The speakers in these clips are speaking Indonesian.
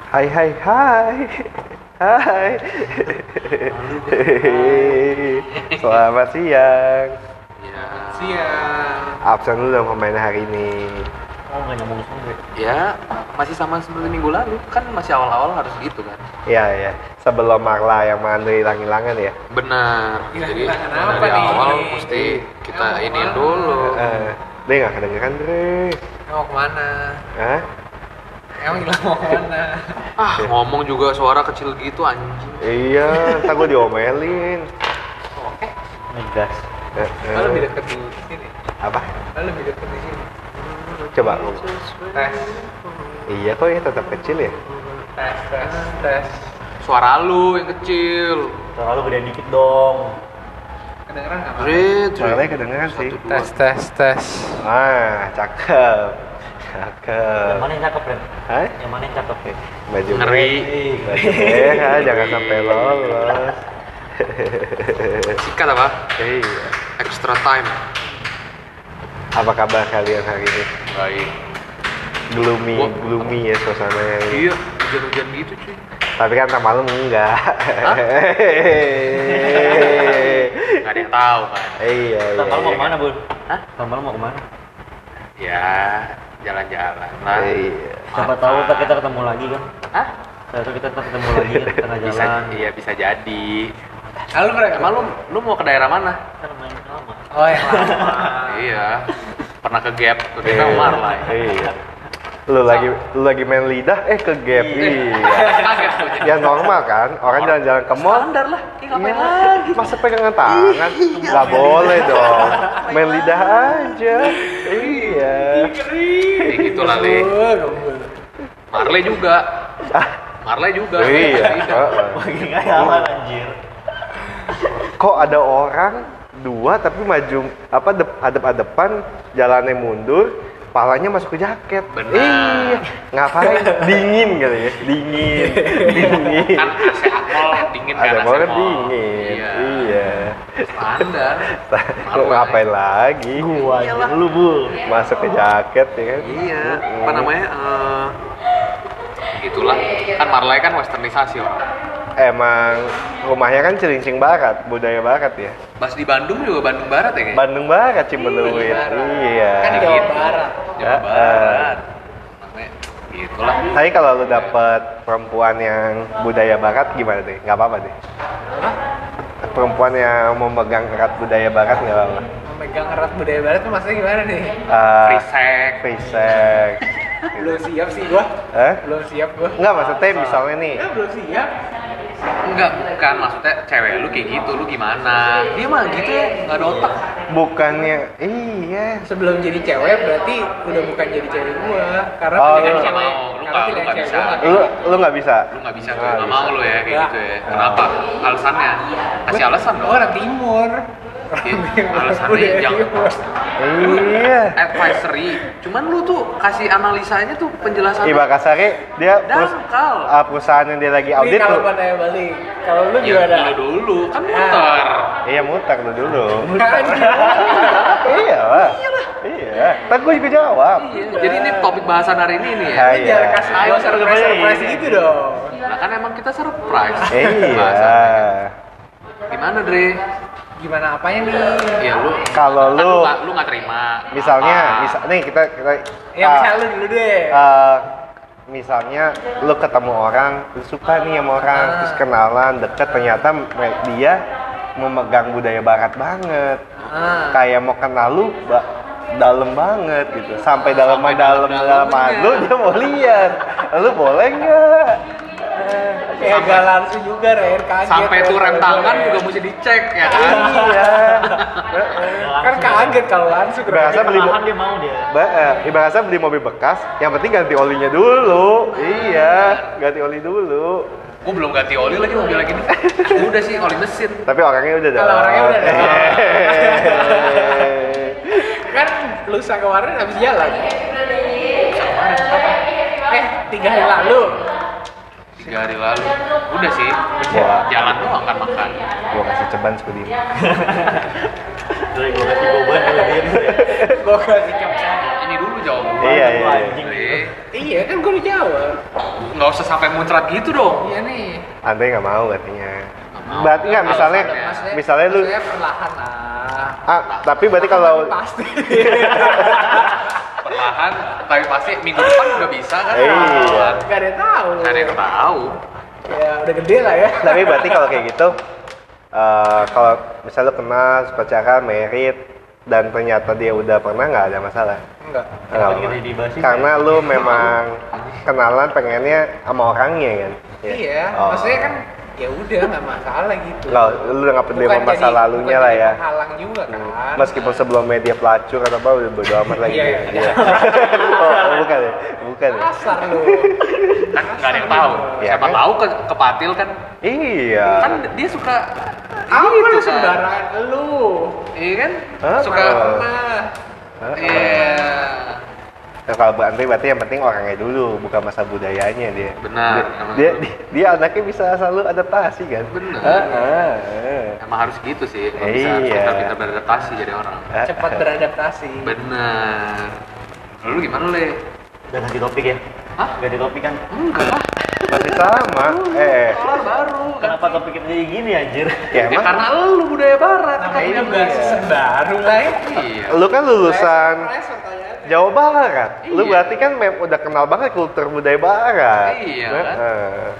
Hai hai hai. Hai. Selamat siang. Ya. Siang. Absen lu dong pemain hari ini. Oh, nggak nyambung sampai. Ya, masih sama seperti minggu lalu. Kan masih awal-awal harus gitu kan. Iya ya. Sebelum Marla yang mandu hilang-hilangan ya. Benar. Jadi Hilang-hilangan apa dari nih? awal mesti kita Emang ini kemana? dulu. Dre nggak kedengeran Dre. Mau kemana? Hah? Emang hilang mau kemana? Ah, ngomong juga suara kecil gitu anjing. Iya, ntar gue diomelin. Oke. Ngegas. Lo lebih deket di sini. Apa? Lo lebih deket di sini. Coba lu. Tes. Iya kok ya tetap kecil ya. Tes. Suara lu yang kecil. Suara lu gedein dikit dong. Kedengeran nggak? Suaranya kedengeran sih. Tes. Ah, cakep. Cakep. Yang mana yang cakep, Ren? Hah? Yang mana yang cakep, ya? Baju Ngeri. Baju merah, jangan sampai lolos. Sikat apa? Iya. Extra time. Apa kabar kalian hari ini? Baik. Gloomy ya suasananya. Iya, hujan-hujan gitu cuy. Tapi kan ntar malam enggak. Hah? Gak ada yang tahu kan. Iya. Ntar malam mau kemana, Bun? Hah? Ntar malam mau kemana? Ya, jalan-jalan lah. Iya. Siapa tahu ntar kita ketemu lagi kan? Hah? Siapa tahu kita ntar ketemu lagi kan tengah Bisa, jalan. iya bisa jadi. Halo mereka. Emang lu mau ke daerah mana? Kan main lama. Oh yang lama. Iya. Pernah ke Gap, ke kita Marla. Iya. Lu lagi main lidah ke gap. Iya. Kaget tuh jadi. Ya normal kan, orang jalan-jalan ke mall. Standar lah. Ngapain Iya, lagi? masa pegangan tangan? Nggak boleh dong. Main lidah aja. Iya. Kayak gitu lah, Le. Marley juga. Marley juga. Iya. Tidak. Lagi nggak jalan anjir. Kok ada orang dua tapi maju hadap-hadapan, jalannya mundur, palanya masuk ke jaket. Benar. Iya. Ngapain? Dingin kali ya. Dingin. Kan AC Akmol dingin kan Ada AC banget Mall. dingin. Iya. Iya. Standar. Lu ngapain lagi? Gua Iyalah. lu, Bul. Masuk ke jaket ya kan? Iya. Apa namanya? Itulah. Kan Marley kan westernisasi orang. Emang rumahnya kan Cilincing Barat, budaya Barat ya. Pas di Bandung juga Bandung Barat ya kayaknya? Bandung Barat, Cimbeleuit. Iya. Kan di Jawa Barat. Jawa Barat. Namanya gitulah. Tapi kalau lu dapet perempuan yang budaya Barat gimana deh? Gak apa-apa deh. Perempuan yang memegang erat budaya Barat gak apa-apa. Memegang erat budaya barat tuh maksudnya gimana nih? Free sex. Free sex. Belum siap sih gua. Belum siap gua. Enggak, maksudnya misalnya nih. Ya belum siap. Enggak, bukan maksudnya cewek lu kayak gitu, lu gimana? Dia mah gitu ya, nggak ada otak. Bukannya, iya. Sebelum jadi cewek berarti udah bukan jadi cewek gua. Karena Oh, pilihan lu- cewek. lu Karena nggak pilihan bisa. cewek gua nggak Lu nggak bisa. Lu nggak bisa tuh, Nggak nggak bisa. mau lu ya kayak Nggak. gitu ya. Kenapa? Alasannya? Kasih alasan Gua dong. orang timur. Alasannya jangan Iya. advisory. Cuman lu tuh kasih analisanya tuh penjelasannya. Iba kasarnya dia Dangkal. perusahaan yang dia lagi Ini audit kalau tuh. pada balik. Kalau lu Ya gimana? dulu kan muter. Iya muter lu dulu. Kan Iya lah. Iya. Ntar gue juga jawab. Iya, jadi ini topik bahasan hari ini nih ya. Hai. jangan kasih Ayo, gua surprise gitu dong. Nah kan emang kita surprise. Iya. Bahasannya. Gimana Dre? Gimana apanya nih? Ya lu. Kalau kan lu lu nggak terima. misalnya, Apa? nih kita Ya misalnya lu dulu deh. misalnya lu ketemu orang, lu suka nih sama orang, terus kenalan, deket, ternyata dia memegang budaya Barat banget. Kayak mau kenal lu dalam banget gitu. Sampai dalam lu dia mau lihat. Lu boleh nggak? Kayak gak langsung juga, Ren, kaget. Sampai tuh rem tangan juga mesti dicek ya kan. Iya. Kan kaget kalau langsung. Berasa beli Perlahan dia mau dia. ibaratnya beli mobil bekas, yang penting ganti olinya dulu. Iya, ganti oli dulu. Gua belum ganti oli lagi mobil lagi nih. Udah sih oli mesin. Tapi orangnya udah Kalau orangnya udah ada. Hehehe. Kan lusa kemarin habis jalan. Kemarin apa? 3 hari lalu. 3 hari lalu. Udah sih. Wah. Jalan doang kan makan. Gua kasih ceban sekali. Dari gua kasih beban dia. Gua kasih capsa. Ini dulu jawab Iya, Lu iya. anjing. Iya kan gue udah jawab. Nggak usah sampai muncrat gitu dong. Iya nih. Andre nggak mau katanya. mau. Berarti nggak Kalau misalnya, maksudnya- misalnya lu, Maksudnya perlahan lah. tapi berarti kalau, Pasti. Perlahan, tapi pasti minggu depan udah bisa kan? Iya. Gak ada yang tahu. Nggak ada yang tahu. Ya udah gede lah ya. tapi berarti kalau kayak gitu, kalau misalnya lu kenal, pacaran, merit, dan ternyata dia udah pernah, nggak ada masalah. Enggak. Nggak Apa apa-apa. yang dibahasin? Karena lu memang kenalan pengennya sama orangnya kan. Ya? Iya, Oh. maksudnya kan ya udah nggak masalah gitu. Nggak, lu udah nggak peduli sama masa lalunya lah ya. Halang juga kan. Meskipun sebelumnya dia pelacur atau apa udah bodo amat lagi. Iya, ya. iya. Iya. Oh, bukan ya? Bukan ya? Kasar lu. Kan nggak ada yang tahu. Iya, Siapa kan? tahu kepatil kan? Iya. Kan dia suka Apa gitu lu kan? sembarangan lu? Iya kan? Hah? Suka. Pernah. Iya. Nah, kalau berarti yang penting orangnya dulu, bukan masa budayanya dia. Benar. Dia anaknya bisa selalu adaptasi kan. Benar. Emang harus gitu sih. Kalau bisa Iya. pintar-pintar beradaptasi jadi orang. Cepat beradaptasi. Benar. Lalu gimana le? Udah ganti topik ya? Hah? Ganti topik kan? Enggak lah. Masih sama. Solar baru. Kenapa topik kita jadi gini anjir? Ya Ya emang karena lu budaya barat. Namanya kan juga season baru lah ya. Iya. lu kan lulusan Fresh pertanyaannya. Jawa Barat. Lu Iya. berarti kan udah kenal banget kultur budaya Barat. Iya, Nah, kan?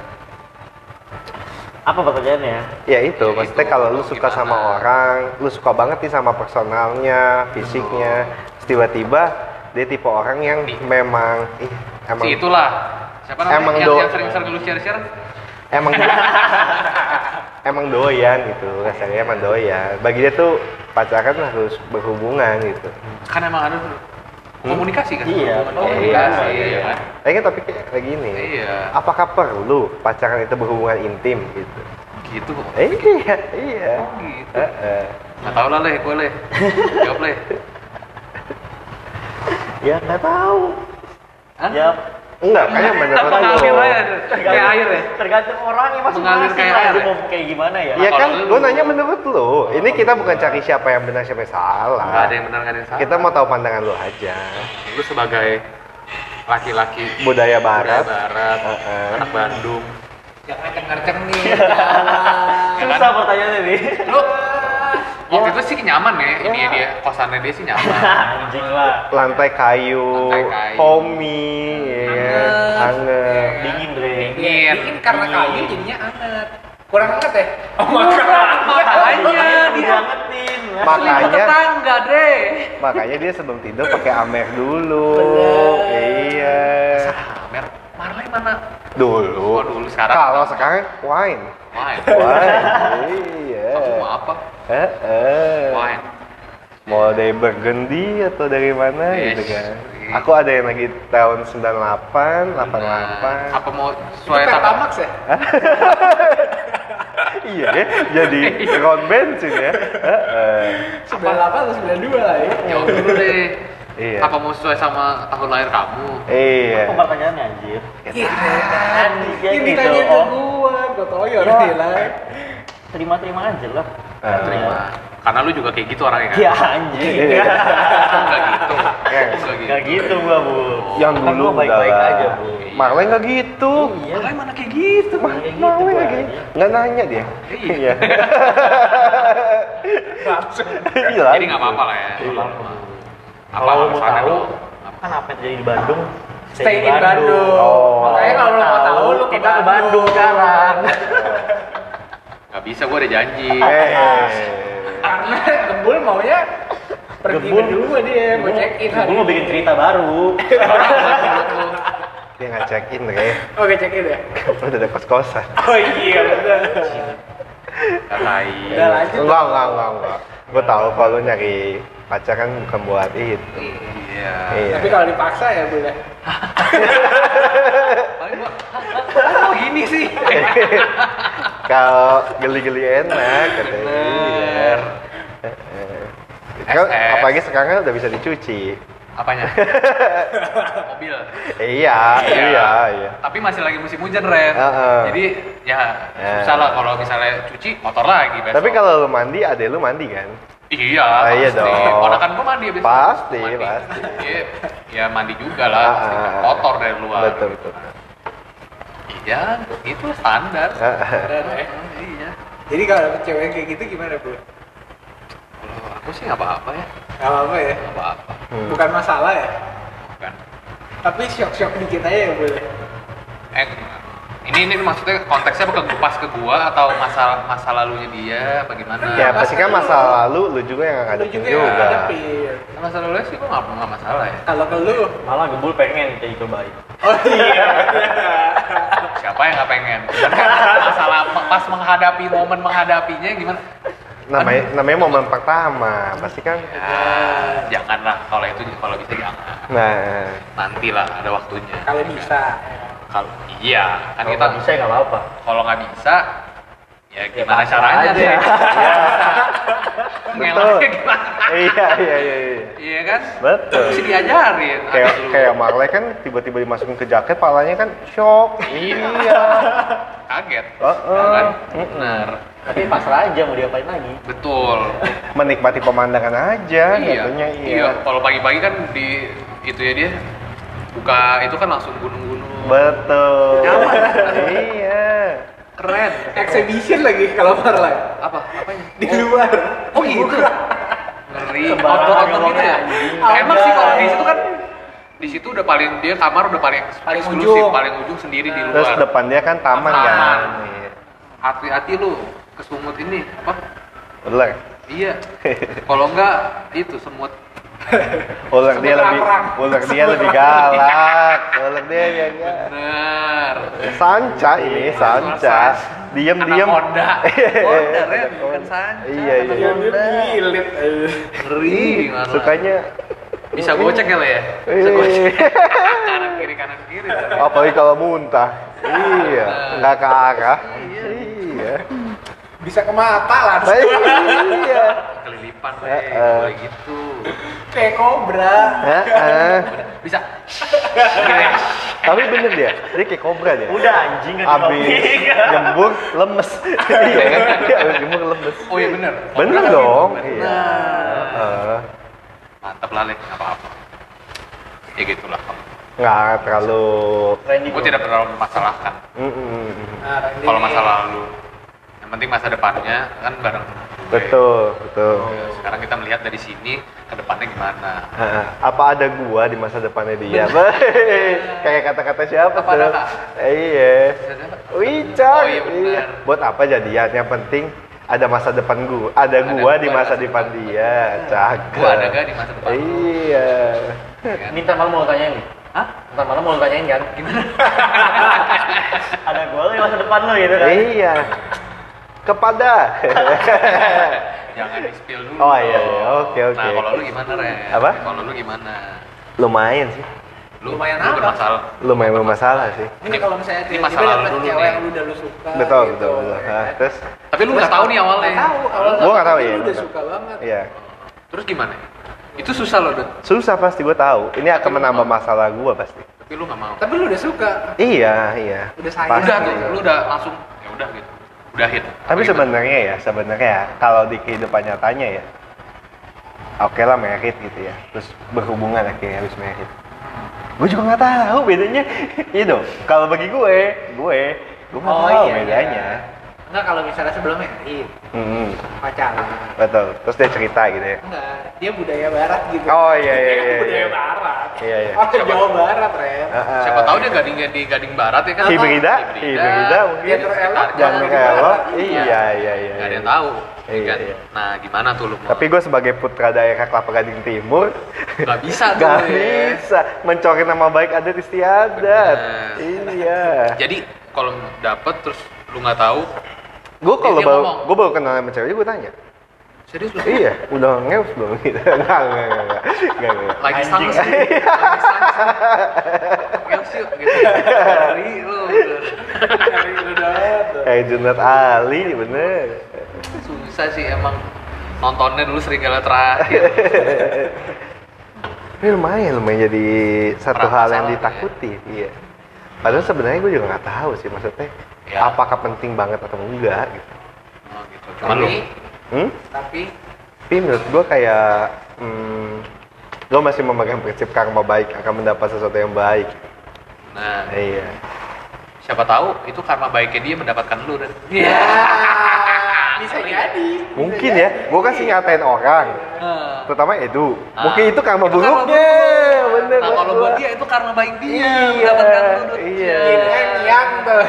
Apa pertanyaannya? Ya itu, Ya maksudnya itu, kalau lu lu suka gimana? sama orang, lu suka banget nih sama personalnya, fisiknya, terus tiba-tiba dia tipe orang yang Nih. memang, emang, Si itulah. Siapa namanya? Emang yang sering-sering lu share-share? emang, emang doyan gitu, rasanya emang doyan. Bagi dia tuh pacaran harus berhubungan gitu. Kan emang ada tuh. Komunikasi kan? Iya. Komunikasi. Iya. Iya kan? Ini kan topiknya kayak gini. Iya. Apakah perlu pacaran itu berhubungan intim gitu? Gitu kok. Iya, iya. Gitu. Nggak tahu lah le, gue le. Jawab le. Ya nggak tahu. Hah? Ya Enggak, kayaknya menurut Mengalir lu. aja, kayak air ya. tergantung orangnya Mengalir masing-masing kayak lah. air Dia ya? mau kayak gimana ya? Iya kan, Kalau lu- gue nanya menurut lu. Ini kita bukan cari siapa yang benar siapa yang salah. Nggak ada yang benar nggak ada yang salah. Kita mau tahu pandangan lu aja. Lu sebagai laki-laki Budaya budaya Barat. barat, Heeh. anak Bandung. Jangan kenceng-kenceng nih. Susah pertanyaannya nih. Lu waktu itu sih nyaman ya, ini dia kosannya dia sih nyaman. Anjing lah. Lantai kayu, Lantai kayu. homey, ya kan? Hangat. Dingin Dre. Dingin. Dingin karena kayu jadinya anget. Kurang anget ya? Oh, Makanya dia diangetin. Makanya- selingkuh tetangga, Dre. Makanya dia sebelum tidur pakai amer dulu. Iya. Mer, Marley mana? Dulu. Oh, dulu sekarang. Kalau sekarang wine. Wine. Wine. Iya. Kamu mau apa? Wine. Mau dari Burgundy atau dari mana Yes. gitu kan. Aku ada yang lagi tahun 98, 88. Apa mau Itu sesuai sama Pertamax ya? Iya ya, jadi round bensin ya. 98 atau 92 lah ya? Jawab dulu deh. Iya. Apa mau sesuai sama tahun lahir kamu? Iya. Apa pertanyaannya anjir? Iya. Kayak Ini gitu, ditanya ke oh. gua toyo Ya. nih lah. Terima-terima aja lah. Terima. Karena lu juga kayak gitu orangnya kan? Ya anjing. Iya. Enggak gitu. Yes. Enggak gitu. Gak gitu gua, Bu. Yang Kan dulu gua baik-baik udah lah. aja, Bu. Marley nggak gitu. Iya. Marley mana kayak gitu? Kayak gitu, Marley gua nggak gitu. aja. Nggak nanya dia. Iya. Iya. Jadi nggak apa-apa lah ya. Nggak apa-apa. Apa Kalau lu mau alasannya tahu, lu? kan apa yang terjadi di Bandung? Stay in Bandung. Oh. Makanya kalau lu mau tahu lu kita ke Bandung sekarang. Nggak bisa, gue ada janji. Karena Gembul maunya pergi Gembul. berdua dia mau check in hari Gue mau bikin cerita baru. Dia nggak check in deh. Oke check in ya? Udah ada kos-kosan. Oh iya bener. Lain. Udah lanjut. Enggak. Gue tahu kalau lu nyari pacaran bukan buat itu. Iya. Iya. Tapi kalau dipaksa ya boleh. Paling gua, kok gini sih? Kalau geli-geli enak katanya. Bener. Kan, SS. apalagi sekarang udah bisa dicuci. Apanya? Mobil. Iya. Tapi masih lagi musim hujan, Ren. Heeh. Jadi ya Ya. susah lah kalau misalnya cuci motor lagi besok. Tapi kalau lu mandi, adek lu mandi kan? Iya, Iya pasti. dong. Ponakan gua mandi abis Pasti, mandi. pasti. Iya, ya mandi juga lah, pasti. Kotor dari luar. Betul. Iya, itu standar. Iya. Jadi kalau dapet cewek kayak gitu gimana, Bro? Kalau aku sih nggak apa-apa ya, Gak apa-apa ya? nggak apa-apa. Bukan masalah ya? Bukan. Tapi shock-shock dikit aja ya boleh. Ini maksudnya konteksnya pas ke gua atau masa lalunya dia apa gimana? Ya pasti kan masa lalu lu juga yang Lu ngadepin juga juga. yang ngadepin. Masa lalunya sih gua nggak masalah ya. Kalau ke lu, Malah gebul pengen kayak cobain. oh iya. Siapa yang nggak pengen? Masalah pas momen menghadapinya gimana? Namanya momen pertama, pasti kan. Ya, janganlah kalau bisa jangan. Nah, Nantilah ada waktunya. Kalau bisa. Kalau iya, kan Kalau kita nggak bisa ya nggak apa-apa. kalau nggak bisa ya gimana pasrah caranya aja. deh. betul. Ngelaknya gimana? Iya. Iya kan? Betul. Mesti diajarin. Kayak Marley kan tiba-tiba dimasukin ke jaket, palanya kan shock. Iya. Kaget. Heeh. Kan? Benar. Tapi pasrah aja mau diapain lagi. Betul. Menikmati pemandangan aja, jatuhnya iya. Kalau pagi-pagi kan di itu ya dia buka itu kan langsung gunung-gunung. Betul. Nyaman. Iya. Keren. Exhibition lagi kalau Marley. Apanya? Di luar. Oh gitu. Ngeri. Sembarangan Outdoor gitu ya. ngomongnya. Emang sih kalau di situ kan di situ udah paling dia kamar udah paling Paling eksklusif, ujung. paling ujung sendiri di Terus luar. depan dia kan taman kan. Taman. Iya. Hati-hati lu kesumut ini apa? Ular. Iya. Kalau enggak itu semut. Ular dia Semut lebih laprang. ular dia lebih galak. Ular dia yang Bener. sanca ini, sanca. Diam-diam. Anaconda. Honda, Ren, bukan sanca. Iya. Gilit. Ngeri. malah. Sukanya Bisa gocek ya lo ya? Bisa gocek. kanan kiri. apalagi kalau muntah. Iya, nggak ke arah. Iya. Bisa ke mata langsung. Iya. Kelilipan Heeh. boleh gitu. Kayak kobra. Heeh. Bisa. Tapi bener dia kayak kobra dia. Udah anjing nggak Abis nyembur lemes. Iya kan? Dia abis nyembur lemes. Oh iya bener. Bener dong. Bener. Iya. Heeh. Mantap lah, Lek. Nggak apa-apa. Ya gitulah. Nggak terlalu. Randy Gue tidak terlalu memasalahkan. Nah, Randy. Kalau masa lalu, yang penting masa depannya kan bareng. gue. Betul. Ya, sekarang kita melihat dari sini ke depannya gimana. Heeh. Apa ada gua di masa depannya dia? Kayak kata-kata siapa Apa tuh? ada, Kak? Iya. Wicak. Oh, iya benar. Buat apa jadian? Yang penting ada masa depan gua. Ada gua di masa depan dia. Cakep. Gua ada gak di masa depan? Iya. Ya kan? Minta malam mau tanyain nih. Hah? Ntar malam mau lu tanyain kan? Gimana? Ada gua di masa depan lu gitu kan? Iya. Kepada. Jangan di-spill dulu. Oh, iya, dong. iya. Oke. Nah, kalau lu gimana, Ren? Apa? Kalau lu gimana? Lumayan sih. Lumayan lu apa? bermasalah. Lumayan bermasalah sih. Ini kalau misalnya Ini tiba-tiba masalah dapet dulu cewek nih. yang lu udah lu suka. Betul. gitu. Nah, terus Tapi lu nggak tahu nih awalnya. Nggak tahu awalnya. Gua nggak tahu, Tapi iya, Lu udah betul. suka banget. iya. Terus gimana? Itu susah loh, Dut. Susah pasti gua tahu. Ini akan menambah masalah gua pasti. Tapi lu nggak mau. Tapi lu udah suka. Iya. Udah sayang. Pasti. Udah tuh, lu udah langsung ya udah gitu. Udahin. Tapi sebenarnya kalau di kehidupan nyatanya ya, oke lah merit gitu ya, terus berhubungan akhirnya habis merit. Gue juga nggak tahu bedanya, itu. Kalau bagi gue nggak tahu bedanya. Enggak kalau misalnya sebelum merit, pacaran. Betul. Terus dia cerita gitu ya. Enggak, dia budaya barat gitu. Oh, iya. Dia budaya barat. Iya. Orang Jawa Barat, Ren. Siapa tahu dia di Gading Barat ya kan? Hibrida Hibrida mungkin. Gender elok, Gender Jawa elok. Barat. Iya. Nggak ada yang tahu. Iya, kan? iya. Nah, gimana tuh lu mau? Tapi gue sebagai putra daerah Kelapa Gading Timur, nggak bisa tuh. gak ya. bisa mencori nama baik adat istiadat. Bener. Iya. Jadi kalau dapet terus lu nggak tahu, Gue kalau Dia baru ngomong. gue baru kenal sama cewek gue tanya. serius lu? Iya, udah ngeus belum gitu. Enggak. Lagi sang Anjing. sih. Lagi sang sih. Ngeus yuk gitu. Dari lu. Dari lu banget. Kayak Junat Ali bener. Susah sih emang. Nontonnya dulu Serigala Terakhir. Ini lumayan jadi satu Perang hal yang masalah, ditakuti. Iya. Padahal sebenarnya gue juga nggak tahu sih maksudnya. Ya. Apakah penting banget atau enggak gitu. Oh, gitu. Cuma lu Tapi, Hmm? tapi Tapi menurut gue kayak gue masih memegang prinsip karma baik akan mendapat sesuatu yang baik. Nah, Iya. siapa tahu itu karma baiknya dia mendapatkan lu dan. Ya, bisa jadi. Mungkin ya, gue kasih ngatain orang, terutama Edu. Mungkin itu karma Itu karma buruknya, buruk. bener. Nah, kalau gua. buat dia itu karma baik dia Iya, mendapatkan lu. Dut. iya. Yang tuh.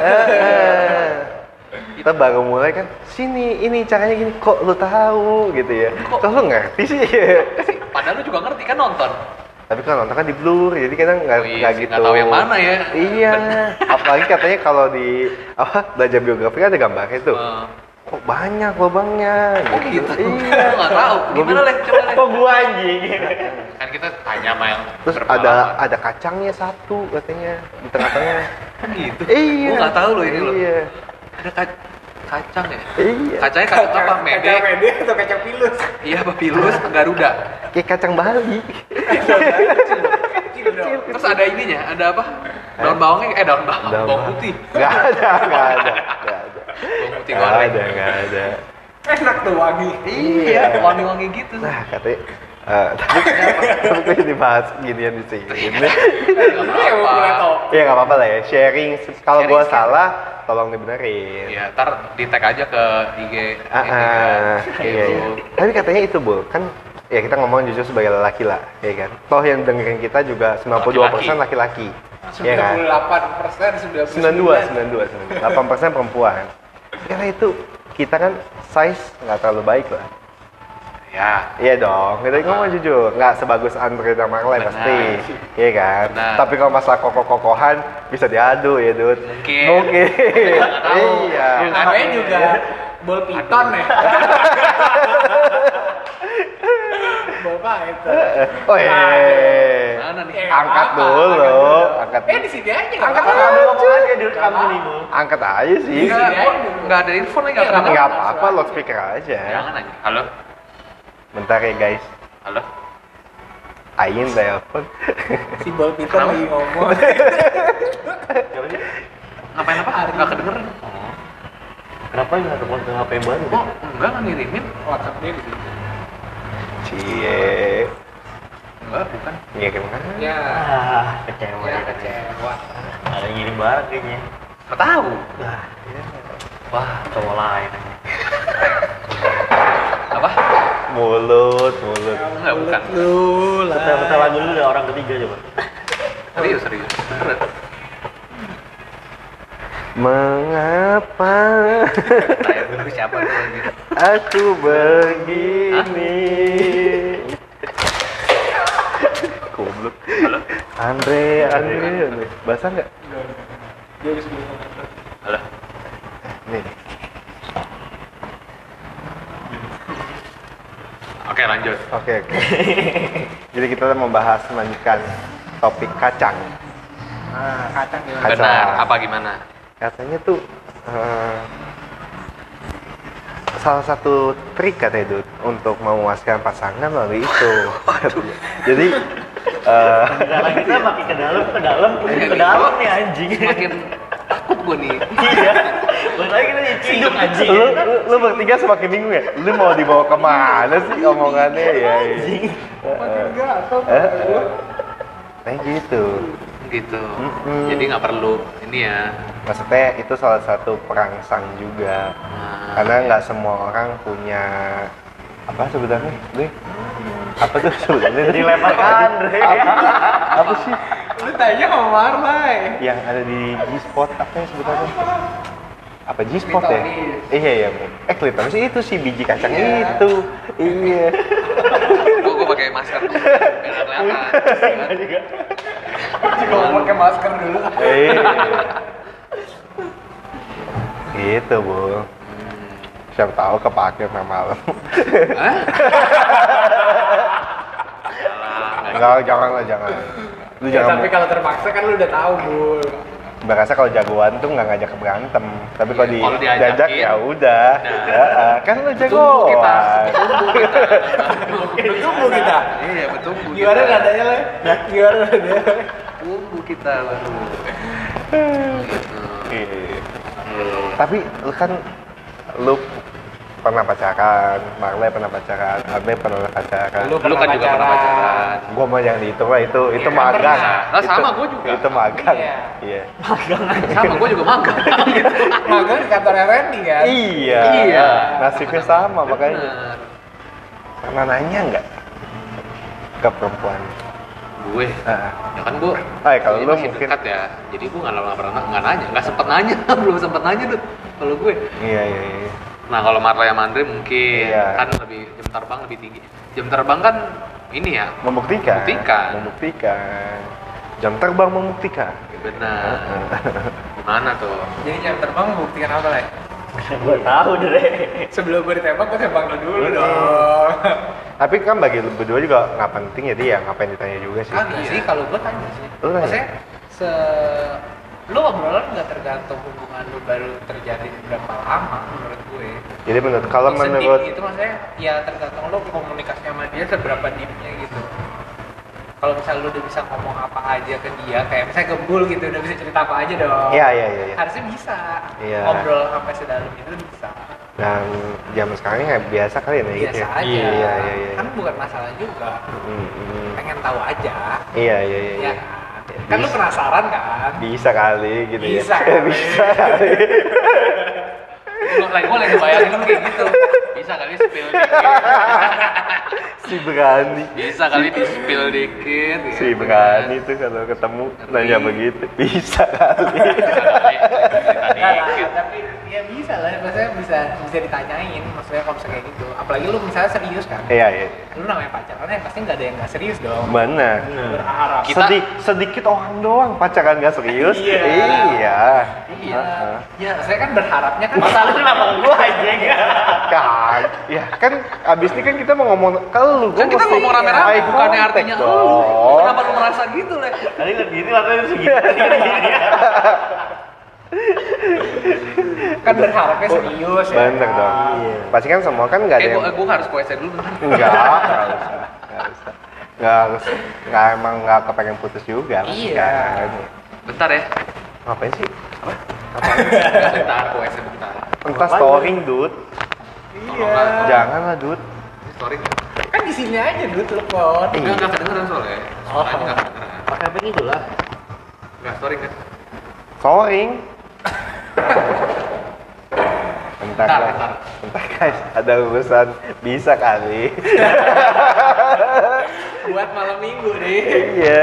Kita baru mulai kan, sini, ini caranya gini, kok lu tahu gitu ya? Kok lu ngerti sih? Padahal lu juga ngerti kan nonton. Tapi kan nonton kan di blur, jadi kita nggak sih, gitu. nggak tahu yang mana ya. Iya, apalagi katanya kalau di belajar biografi kan ada gambarnya tuh. Kok banyak lubangnya gitu. Iya. Lu nggak tahu. Gimana leh? Coba leh. Kok gua anjing? Kan kita tanya sama yang Terus berpengalaman. ada kacangnya satu katanya di tengah-tengah. Kan gitu. Iya. Gua nggak tahu loh ini loh. Iya. Ada kacang ya? Iya. Kacangnya kacang apa? Kacang Mede? mede atau kacang pilus? Iya, papilus, garuda. Kayak kacang Bali. Terus ada ininya, ada apa? Daun bawangnya, daun bawang, bawang putih. Gak ada. Bawang putih Gak goreng. ada. Enak tuh wangi. Iya, wangi-wangi gitu. Nah, katanya tapi dibahas ginian di sini. Iya, mau boleh tau. Ya nggak apa-apa lah ya, sharing. Kalau Sharing, gua sharing. salah, tolong dibenerin. Iya, ntar di tag aja ke IG. Iya. Tapi katanya itu, Bu, kan ya kita ngomong jujur sebagai lelaki lah, ya kan. Toh yang dengerin kita juga 92% laki-laki. Iya kan? 98%, 92, 8% perempuan. Karena itu kita kan size nggak terlalu baik lah. Ya, Iya dong, kita ngomong jujur, nggak sebagus Andre dan Marley Benar. pasti, iya kan? Benar. Tapi kalau masalah kokoh-kokohan bisa diadu ya, Dut. Mungkin. Nggak tahu. Iya. Namanya juga bol piton ya. Bol apa itu? Oh iya. mana nih? Angkat apa, dulu, angkat. Di sini aja. Angkat apa-apa. aja. Ngomong aja direkam dulu nih, Bu. Angkat aja sih. Nggak ada info nih, nggak Iya, kedengeran. Nggak apa-apa, loudspeaker aja. Jangan aja. Halo, Bentar ya guys, halo. Ayin telepon. Si bol piton lagi ngomong. Ngapain apa? Nggak kedengeran. Kenapa nggak telepon ke HP baru? Oh, enggak nggak ngirimin. WhatsApp dia di sini. Cie, Enggak, bukan. ngirim kan? Ya. Kecewa Ya dia katanya. kecewa. Ada yang ngirim barang kayaknya. Nggak tahu. Wah, cowok lain aja. Apa? Mulut. Enggak, bukan. Lu lah. Putar lagu dulu deh, orang ketiga coba. Serius. Beneran. Mengapa Tanya dulu siapa tuh lagi. aku begini? Goblok. Halo. Andre. Basah nggak? Dia habis beli komentar. Halo. Nih. Oke, lanjut. Oke. Jadi kita membahas melanjutkan topik kacang. Nah, kacang gimana? Kacang. Benar. Apa gimana? Katanya tuh salah satu trik katanya Dut untuk memuaskan pasangan melalui itu. Jadi Sekarang kita makin ke dalam nih anjing. Makin takut gue nih. Iya. Lagi kita diciduk anjing. lu bertiga semakin bingung ya. Lu mau dibawa kemana sih omongannya ya? Nah gitu. Gitu. Jadi nggak perlu ini ya. Maksudnya itu salah satu perangsang juga. Karena nggak semua orang punya apa sebenarnya, Dre? Apa tuh sebenarnya? Dilemparkan. Apa sih Lu tanya sama Marley. yang ada di G-spot apa ya sebenarnya? Apa G-spot ya? Klitoris. Iya. Klitoris itu sih biji kacang itu. Iya. Gue pakai masker biar nggak kelihatan. Juga mau pakai masker dulu. Gitu, Bu. Siapa tahu kepake malam. Hah? Enggak, jangan. Lu Ya, jangan. tapi kalau terpaksa kan lu udah tahu, Bul. Berasa kalau jagoan tuh nggak ngajak ke berantem, tapi kalau Kalau diajakin, diajak ya udah. udah. Kan lu Tumbuh kita. jagoan. Bertumbuh kita. Iya, betul. Gimana nadanya, Le? Gimana nadanya? Tumbuh kita baru. Iya. Tapi lu kan lu pernah pacaran, Marley pernah pacaran, Abe pernah pacaran. Lu Lu kan juga pernah pacaran. Gua mah yang dihitung lah itu Iya, kan magang. pernah. Nah, sama gua juga. Itu magang. Iya. Iya. Sama gue juga magang gitu. Magang di kantornya Randy kan? Iya. Iya. Nasibnya sama makanya. Bener. Pernah nanya nggak ke perempuan? Gue, Ah. ya kan gue. Kalau ini lu masih mungkin- dekat ya. Jadi gue nggak pernah nanya, nggak sempet nanya, belum sempet nanya tuh. Kalau gue. Iya iya iya. Nah kalau Marley sama Andre mungkin Iya. kan lebih jam terbang lebih tinggi. Jam terbang kan ini ya. Membuktikan. Membuktikan. Membuktikan. Jam terbang membuktikan. Benar. Gimana tuh? Jadi jam terbang membuktikan apa lah? Gue tahu deh. Sebelum gue ditembak, gue tembak lu dulu dong. Tapi kan bagi lu berdua juga nggak penting jadi ya ngapain ditanya juga sih. Kagak sih, kalau gue tanya sih. Lu tanya? Maksudnya, lu obrolan nggak tergantung hubungan lu baru terjadi berapa lama menurut gue. Jadi kalau Sedip menurut itu maksudnya ya tergantung lu komunikasi sama dia seberapa deepnya gitu. Kalau misalnya lu udah bisa ngomong apa aja ke dia, kayak misalnya gebul gitu, udah bisa cerita apa aja dong. Iya iya iya. Iya. Harusnya bisa. Iya. Ngobrol sampai sedalam itu bisa. Dan zaman sekarang ya biasa kali ya gitu Biasa ya. aja. Iya iya iya. Kan bukan masalah juga. Mm. Pengen tahu aja. Iya iya iya. Ya kan? Kan lu penasaran kan? Bisa kali gitu Bisa ya. kali. Bisa kali. Gue lagi bayangin lu kayak gitu. Bisa kali spill dikit. Si berani. Bisa kali di spill dikit. Si gitu berani kan. tuh kalau ketemu Ngerti. nanya begitu. Bisa kali. Dikit. Tapi ya bisa lah, maksudnya bisa ditanyain, maksudnya kalau misalnya kayak gitu. Apalagi lu misalnya serius kan? Iya iya. Lu namanya pacaran ya pasti nggak ada yang nggak serius dong. Benar. Berharap. Kita- Sedikit orang doang pacaran gak serius. Iya. Iya. Iya. Heeh. Ya, saya kan berharapnya kan. Masalahnya kenapa gue aja ya? Kan, ya kan abis ini kan kita mau ngomong ke lu. Kan kita mesti ngomong rame-rame, eye bukannya contact artinya lu. dong. Kenapa lu merasa gitu, Le? Tadi lihat gini matanya segini. Kan berharapnya serius ya. Bener kan? dong. Iya. Pasti kan semua kan nggak ada Kayak yang gue harus puasa dulu bentar. nggak usah. Nggak emang nggak kepengen putus juga. Iya. Kan. Bentar ya. Ngapain sih? Bentar, puasa bentar. Entah storing, dude. Iya. Janganlah, dude. Sorry. Kan di sini aja dulu telepon. Enggak kedengeran soalnya. Soalnya enggak kedengeran. Pakai apa gitu lah? Enggak, sorry kan. Storing. Bentar, Bentar, guys. bentar. Bentar, guys. Ada urusan. Bisa kali. Buat malam minggu nih. Iya.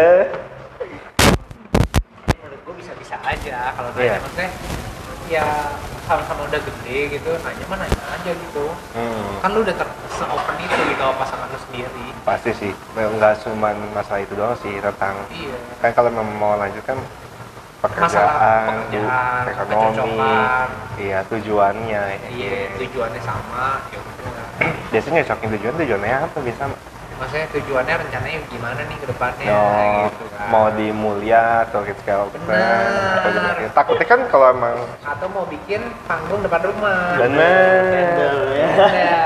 Menurut gue bisa-bisa aja kalau Iya. nanya maksudnya ya sama-sama udah gede gitu, nanya aja gitu. Kan lu udah se-open itu gitu sama pasangan lu sendiri. Pasti sih. Nggak cuma masalah itu doang sih tentang Iya. kan kalau memang mau lanjut kan pekerjaan, pekerjaan, ekonomi, kecocokan. iya tujuannya. Iya, tujuannya sama, ya udah. Biasanya nyocokin tujuannya apa bisa? Maksudnya tujuannya rencananya gimana nih ke depannya No, gitu kan. mau di mulia atau gitu kayak Bener. atau gimana? Takutnya kan kalau emang Atau mau bikin panggung depan rumah. bener. Tenda.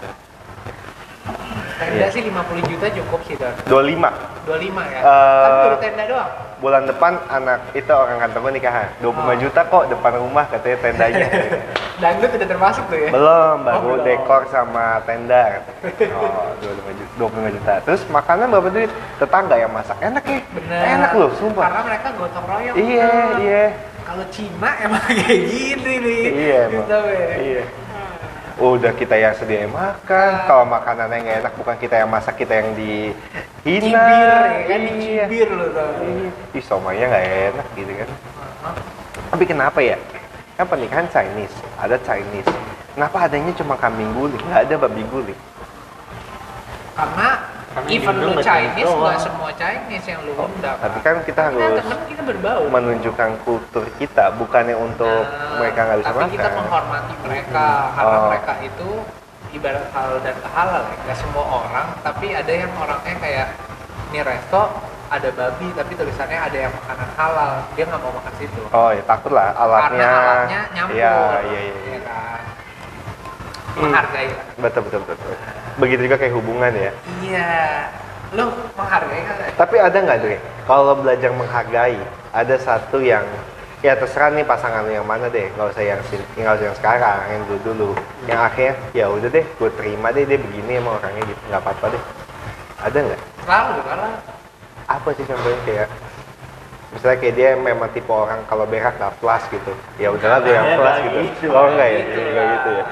Tenda Iya. sih 50 juta cukup sih, Don. 25 25 ya. Eh, Tapi baru tenda doang. bulan depan anak itu orang kantor gue nikahan 25 juta kok depan rumah katanya tendanya. Dangdut udah termasuk tuh ya. Belum, baru belum. dekor sama tenda. Oh, 25 juta. Terus makanan berapa duit? Tetangga yang masak. Enak ya? Bener. Enak loh, sumpah. Karena mereka gotong royong. Iya, Bang. iya. Kalau Cina emang kayak gini nih. Iya, emang. Gitu, be. Iya. Udah kita yang sediain makan. Kalau makanannya nggak enak, bukan kita yang masak, kita yang dihina. Cibir ya kan, Iya. dicibir loh tau. Ih, somanya nggak enak gitu kan. Tapi kenapa ya? Kan pernikahan Chinese, ada Chinese. Kenapa adanya cuma kambing guling, nggak ada babi guling? Karena even lu Indo Chinese, doang. nggak semua Chinese yang lu undang. Tapi kan kita Karena harus temen kita berbau. menunjukkan kultur kita, bukannya untuk mereka nggak bisa tapi makan. kita menghormati mereka karena Oh. mereka itu ibarat halal dan halal ya. Nggak semua orang, tapi ada yang orangnya kayak ini resto ada babi tapi tulisannya ada yang makanan halal, dia nggak mau makan situ. Oh ya takut lah alatnya. Karena alatnya nyampur. Iya iya iya. Ya kan? Menghargai lah. Betul betul betul. Begitu juga kayak hubungan ya. Iya. Lu menghargai kan? Tapi ada nggak Dre? Kalau belajar menghargai, ada satu yang Ya terserah nih pasangan lu yang mana deh, nggak usah yang sekarang, yang dulu. Yang akhirnya ya udah deh, gue terima deh dia begini emang orangnya gitu, nggak apa-apa deh. Ada nggak? Selalu. Apa sih contohnya kayak misalnya kayak dia memang tipe orang kalau berak nggak plus gitu, ya udahlah gue yang plus gitu. Oh enggak ya, enggak gitu ya.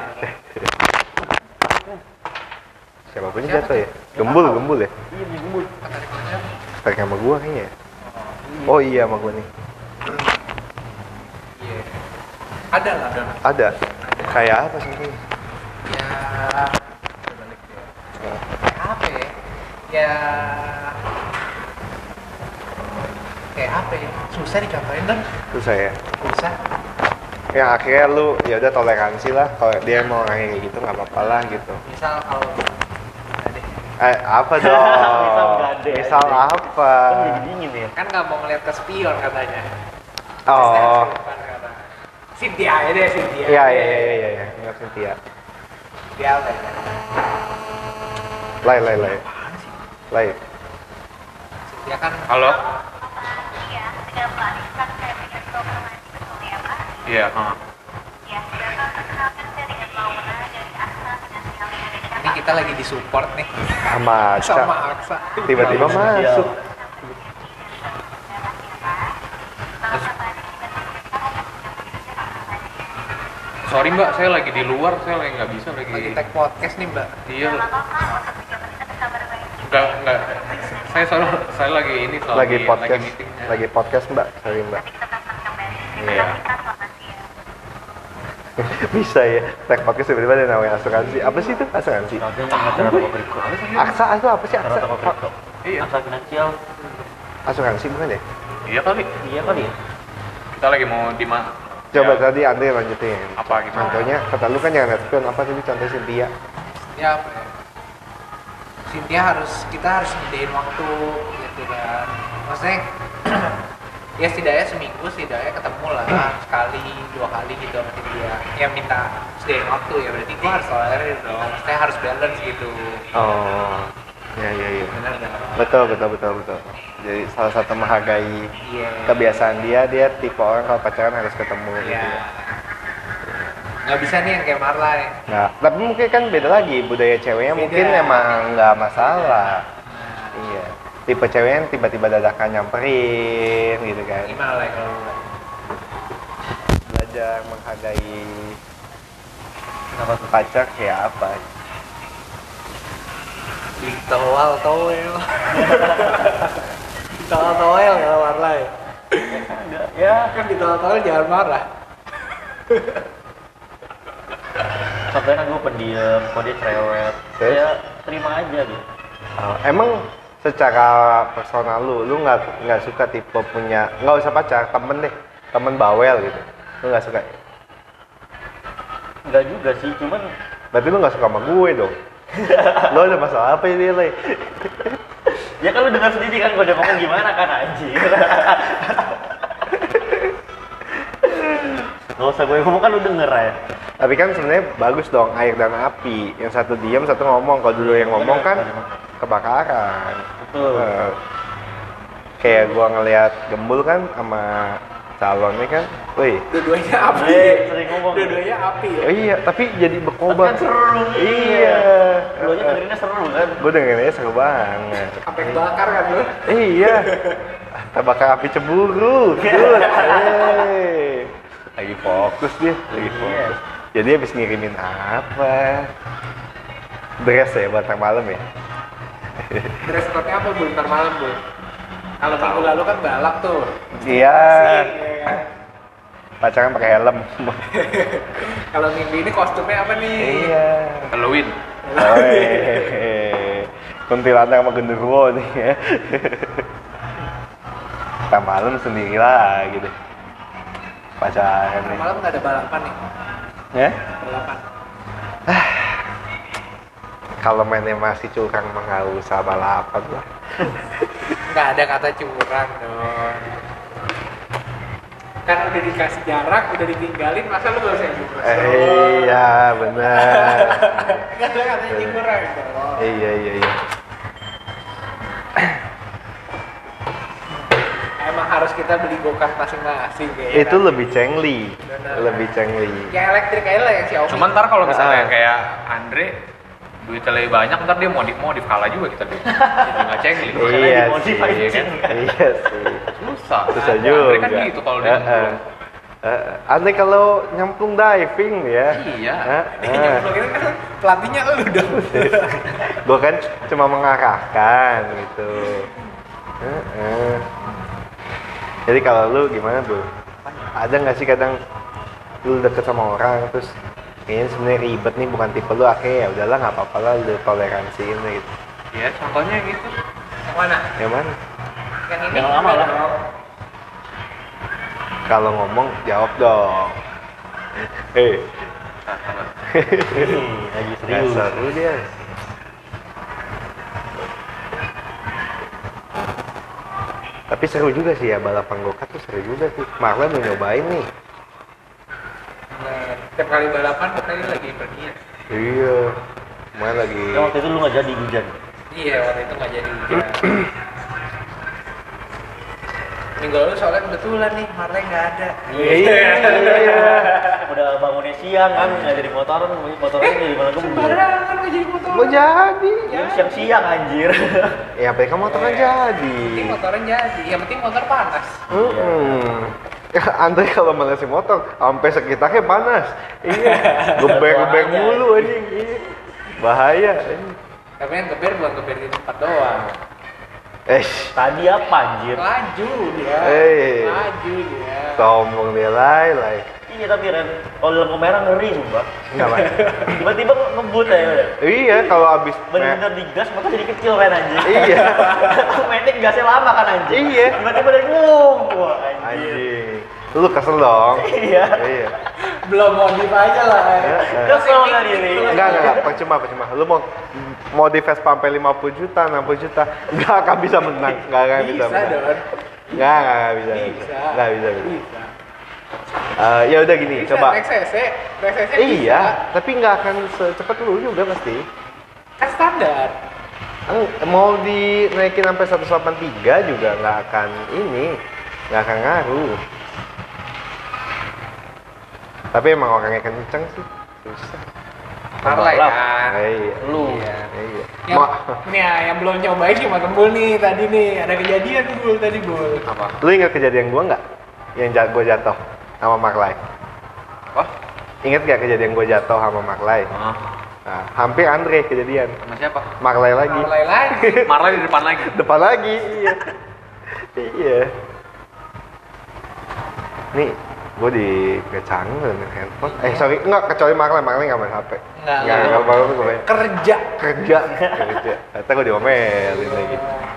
Siapa pun jatuh ya? Gembul ya? Iya, gembul. Tarik sama gue kayaknya. Oh iya sama gue nih. Iya. Ada lah. Ada. Kayak apa sih ini? Ya. Kayak apa ya? Ya. Kayak apa ya? Susah dicontohin dong. Susah ya? Susah. Ya akhirnya lu ya udah toleransi lah kalau dia mau orangnya kayak gitu nggak apa-apa lah gitu. Misal kalau Apa dong? Misal nggak ada. Misal apa? Kan jadi dingin ya. kan nggak mau ngeliat ke spion katanya. Oh. Cynthia ya deh, Cynthia. Iya. Ingat Cynthia. Dia apa ya? Lai. Cynthia kan Halo? Iya, dengan Pak Anies kan saya pengen konfirmasi betul ya Pak. Iya. Ya, sudah perkenalkan saya dengan Mauna dari AXA dengan yang ada ini kita lagi disupport nih Sama sama AXA. tiba-tiba masuk. Sorry mbak, saya lagi di luar, saya lagi nggak bisa lagi. Lagi tag podcast nih Mbak. Iya. Enggak. Saya lagi ini soal Lagi podcast. meeting. Lagi podcast Mbak. Sorry Mbak. Iya. Bisa ya. Tag podcast tiba-tiba ada namanya asuransi. Apa sih itu asuransi? Acara toko kripto. Aksa itu apa sih Acara Aksa? toko kripto. Iya. Aksa finansial. Asuransi bukan ya? Iya kali. Iya kali ya. Kita lagi mau di mana? Coba Ya. tadi Andre lanjutin. Apa gitu? Contohnya kata lu kan jangan netpon apa tadi contoh Cynthia. Ya apa ya? Cynthia kita harus nyediain waktu gitu kan. Maksudnya ya setidaknya seminggu setidaknya ketemu lah sekali 2 kali gitu sama Cynthia. Ya minta sediain waktu ya berarti gua harus tolerir dong. Maksudnya harus balance gitu. Oh. Ya. Benar nggak? Betul. Jadi salah satu menghargai Iya. kebiasaan dia tipe orang kalau pacaran harus ketemu gitu Iya. ya. Nggak bisa nih yang kayak Marla ya. Nah, tapi mungkin kan beda lagi budaya ceweknya Beda. mungkin emang nggak masalah. Iya. Tipe ceweknya yang tiba-tiba dadakan nyamperin gitu kan. Gimana lah kalau Belajar menghargai pacar kayak apa? ditawal towel. Ditawal towel nggak Marla ya? Enggak. Ya, Kan ditawal towel jangan marah. contohnya kan gue pendiam, kok dia cerewet. Terus? Ya terima aja gitu. Emang secara personal lu nggak suka tipe punya nggak usah pacar temen deh temen bawel gitu lu nggak suka Enggak juga sih, cuman berarti lu nggak suka sama gue dong lu ada masalah apa ini Le? ya kan lu dengar sendiri kan gue udah ngomong gimana kan anjing. Gak usah gue ngomong kan lu denger ya. Tapi kan sebenarnya bagus dong air dan api yang satu diam satu ngomong kalau dulu yang ngomong kan kebakaran. Betul. Kayak gua ngelihat Gembul kan sama calonnya kan, wih. Dua-duanya api. Sering ngomong. Dua-duanya api ya. Oh iya, tapi jadi berkobar. Kan seru. Iya. Lu aja dengerinnya seru kan. Gua dengerinnya seru banget. Sampai kebakar kan lu. Iya. Terbakar api cemburu. Good. Hey. Lagi fokus dia, lagi fokus. Jadi habis ngirimin apa? Dress ya buat ntar malam ya. Dress code-nya apa Bu ntar malam Bu? Kalau minggu lalu kan balap tuh. Iya. Asik, ya kan? Pacaran pakai helm. Kalau minggu ini kostumnya apa nih? Iya. Halloween. Kuntilanak sama genderuwo nih ya. Ntar malam sendirilah gitu. Pacaran Ntar nih. malam nggak ada balapan nih. Ya? Balapan. Kalau mainnya masih curang mah nggak usah balapan lah. Nggak ada kata curang dong. Kan udah dikasih jarak, udah ditinggalin, masa lu gak usah curang? Iya benar. Nggak ada katanya curang dong. Iya. Emang harus kita beli go-kart masing-masing kayaknya. Itu lebih cengli. Benar. Lebih cengli. Yang elektrik aja lah yang Xiaomi. Cuman ntar kalau misalnya Ah. kayak Andre duitnya lebih banyak, ntar dia modif kalah juga kita duit. Jadi nggak cengli. Iya dimodif sih. anjing. Iya sih. Susah. Susah Andre juga. kan gitu kalau dia nyemplung. Andre kalau nyemplung diving ya. Iya. Nyemplung itu kan pelatihnya lu dong. Gue kan cuma mengarahkan gitu. Jadi kalau lu gimana tuh? Ada nggak sih kadang lu deket sama orang terus kayaknya sebenarnya ribet nih bukan tipe lu, akhirnya ya udahlah nggak apa-apa lah, lu toleransiin gitu. Ya contohnya gitu. Yang mana? Yang mana? Yang ini. Yang lama lah. Kalau ngomong jawab dong. Lagi serius. Dasar lu dia. Tapi seru juga sih ya balapan go-kart tuh, seru juga sih. Marla mau nyobain nih. Nah, tiap kali balapan tadi lagi pergi ya. Iya. Main lagi. Ya, waktu itu lu nggak jadi hujan. Iya, waktu itu nggak jadi hujan. Minggu lalu soalnya kebetulan nih, Marley nggak ada. Iya. Udah bangunnya siang kan, nggak jadi motoran jadi malah gembur. Sembarangan nggak jadi motor. Mau jadi. Ya, siang-siang anjir. Ya, apa kamu motor kan jadi. Penting motornya jadi, yang penting motor panas. Ya, Andre kalau manasin motor, sampai sekitarnya panas. Iya. Geber-geber Suaranya. mulu anjing. Iya. Bahaya anjing. Tapi yang geber bukan geber di tempat doang. Tadi apa anjir? Laju dia. Laju dia. Sombong dia lai. Iya tapi Ren, kalau lampu merah ngeri sumpah. Kenapa? Tiba-tiba ngebut ya udah. Iya, kalau abis Bener-bener digas motor jadi kecil Ren anjir. Iya. Automatic gasnya lama kan anjir. Iya. Tiba-tiba dari ngomong. Wah anjir. anjing. Lu kesel dong. Iya. Iya. Belum modif aja lah. Kesel kan ini. Enggak, percuma. Lu mau di Vespa sampai 50 juta, 60 juta, enggak akan bisa menang. Enggak akan bisa Bisa menang. dong. Enggak bisa. Bisa. Enggak bisa. Bisa. Ya udah gini, Bisa, coba. Rex CC Iya, tapi nggak akan secepat lu juga pasti. kan standar. Mau dinaikin sampai 183 juga nggak akan nggak akan ngaruh. Tapi emang orangnya kenceng sih, susah. Marley kan. Iya. Lu. Iya. Yang, nih ya, yang belum nyobain cuma Gembul nih tadi nih, ada kejadian Gembul tadi Gembul. Apa? Lu ingat kejadian gua nggak? Yang gua jatuh sama Marley. Apa? Ingat gak kejadian gua jatuh sama Marley? Ah, Nah, hampir Andre kejadian. sama siapa? Marley lagi. Marley lagi. Marley di depan lagi. Depan lagi, iya. Iya. Nih, gue dikecangin dengan handphone. Sorry, enggak, kecuali Marley nggak main HP. Enggak baru gue main. Kerja. Kerja. Kata gue diomelin lagi.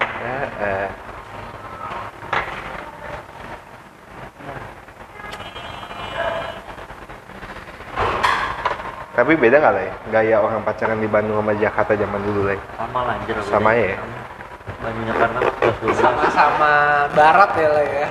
Tapi beda nggak lah ya? Gaya orang pacaran di Bandung sama Jakarta zaman dulu lah. Sama lah anjir. Sama ya? Bandungnya karena plus 12. Sama-sama barat ya lah ya.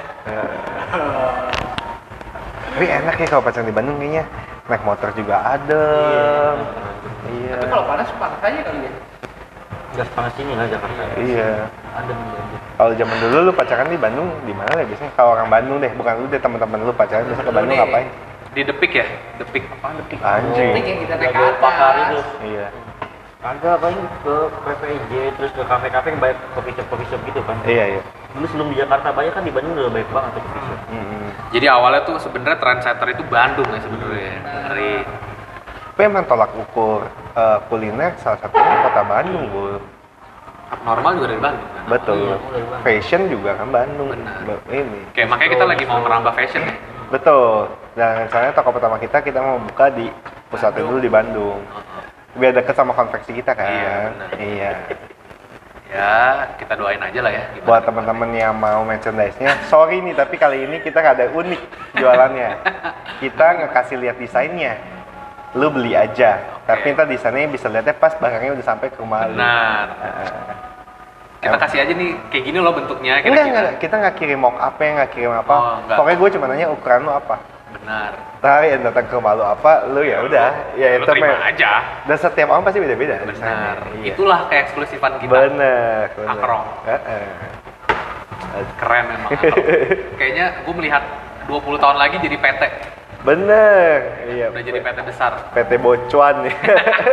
Tapi enak ya kalau pacaran di Bandung kayaknya. Naik motor juga adem. Iya. Tapi kalau panas aja kali ya. Gas panas ini lah Jakarta. Iya. Ada menjadi. Kalau zaman dulu lu pacaran di Bandung di mana ya biasanya? Kalau orang Bandung deh, bukan lu deh, teman-teman lu pacaran biasa ke Bandung Dulu nih. ngapain? Di Depik ya? Depik. Apa Depik? Anjing. Ini yang kita naik ke Jago pakar atas. itu. Iya. Agak paling ke PPJ terus ke kafe-kafe yang banyak coffee shop gitu kan. Iya. Dulu sebelum di Jakarta banyak kan di Bandung udah banyak banget tuh coffee shop. Jadi awalnya tuh sebenarnya trendsetter itu Bandung ya sebenarnya. Dari Tapi emang tolak ukur kuliner salah satunya kota Bandung, Bu. normal juga dari Bandung kan? Betul. Iya, dari Bandung. Fashion juga kan Bandung. Benar. Ini. Kayak makanya kita lagi mau merambah fashion ya. Betul. Dan rencananya toko pertama kita mau buka di pusatnya dulu di Bandung. Biar deket sama konveksi kita kan. Iya, benar. Iya. Ya, kita doain aja lah ya. Gimana Buat ke teman-teman yang mau merchandise-nya, sorry nih, tapi kali ini kita nggak ada unik jualannya. Kita nggak lihat desainnya. Lu beli aja. Oke. Tapi ntar desainnya bisa lihatnya pas barangnya udah sampai ke rumah lu. Benar. Kita kasih aja nih kayak gini loh bentuknya. Enggak, kita nggak kirim mock up-nya, nggak kirim apa. Oh, enggak. Pokoknya gue cuma nanya ukuran lu apa. Benar. Ntar yang datang ke rumah lu apa, lu ya udah. Ya Lu itu terima mah. aja. Dan setiap orang pasti beda-beda Benar. desainnya. Iya. Itulah keeksklusifan kita. Bener. Akrong. Keren memang. Kayaknya gue melihat 20 tahun lagi jadi PT. Bener. Iya. Udah jadi PT besar. PT Bocuan ya.